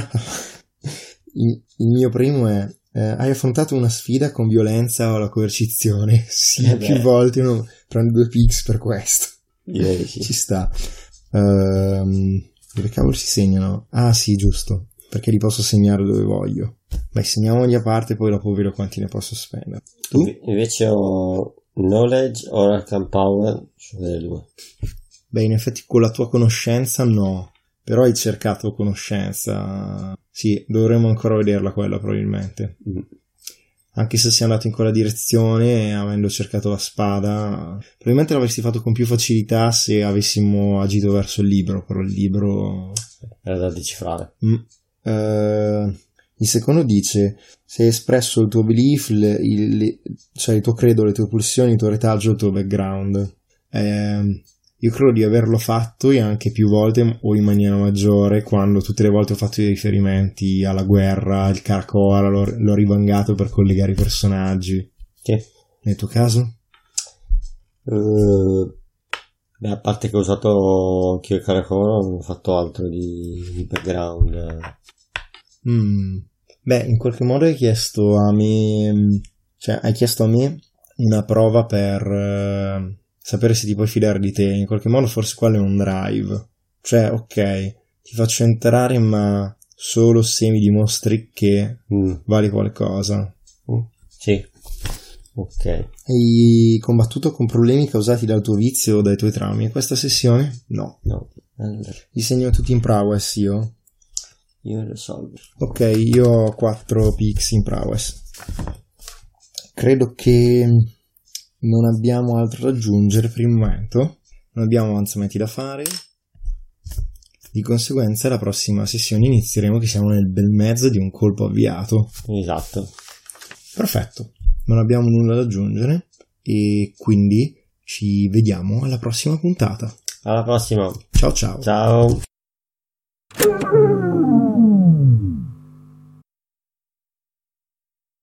il, il mio primo è: eh, hai affrontato una sfida con violenza o la coercizione? Sì, Eh più beh. volte. Uno prende due P X per questo. Direi di sì. Ci sta. Ehm, dove cavolo si segnano? Ah sì, giusto, perché li posso segnare dove voglio. Beh, segniamoli a parte, poi dopo vedo quanti ne posso spendere. Tu? Invece ho knowledge o arcane power sulle due. Beh, in effetti con la tua conoscenza no, però hai cercato conoscenza. Sì, dovremmo ancora vederla quella probabilmente. Mm. Anche se sei andato in quella direzione, avendo cercato la spada, probabilmente l'avresti fatto con più facilità se avessimo agito verso il libro, però il libro era da decifrare. Mm. Uh, il secondo dice: se hai espresso il tuo belief, il, il, cioè il tuo credo, le tue pulsioni, il tuo retaggio, il tuo background. Eh, io credo di averlo fatto e anche più volte o in maniera maggiore, quando tutte le volte ho fatto i riferimenti alla guerra, il Karakora, l'ho, l'ho ribangato per collegare i personaggi. Che? Nel tuo caso? Uh, beh, a parte che ho usato anche il Karakora, non ho fatto altro di, di background. Mm. Beh, in qualche modo hai chiesto a me, cioè hai chiesto a me una prova per uh, sapere se ti puoi fidare di te. In qualche modo forse quello è un drive, cioè ok, ti faccio entrare ma solo se mi dimostri che mm. vali qualcosa. Mm. Sì, ok. Hai combattuto con problemi causati dal tuo vizio o dai tuoi traumi in questa sessione? No. No. Allora. Li segno tutti in prowess io? Io lo solvo. Ok, io ho quattro pix in prowess. Credo che non abbiamo altro da aggiungere per il momento. Non abbiamo avanzamenti da fare. Di conseguenza la prossima sessione inizieremo che siamo nel bel mezzo di un colpo avviato. Esatto. Perfetto. Non abbiamo nulla da aggiungere e quindi ci vediamo alla prossima puntata. Alla prossima. Ciao ciao. Ciao.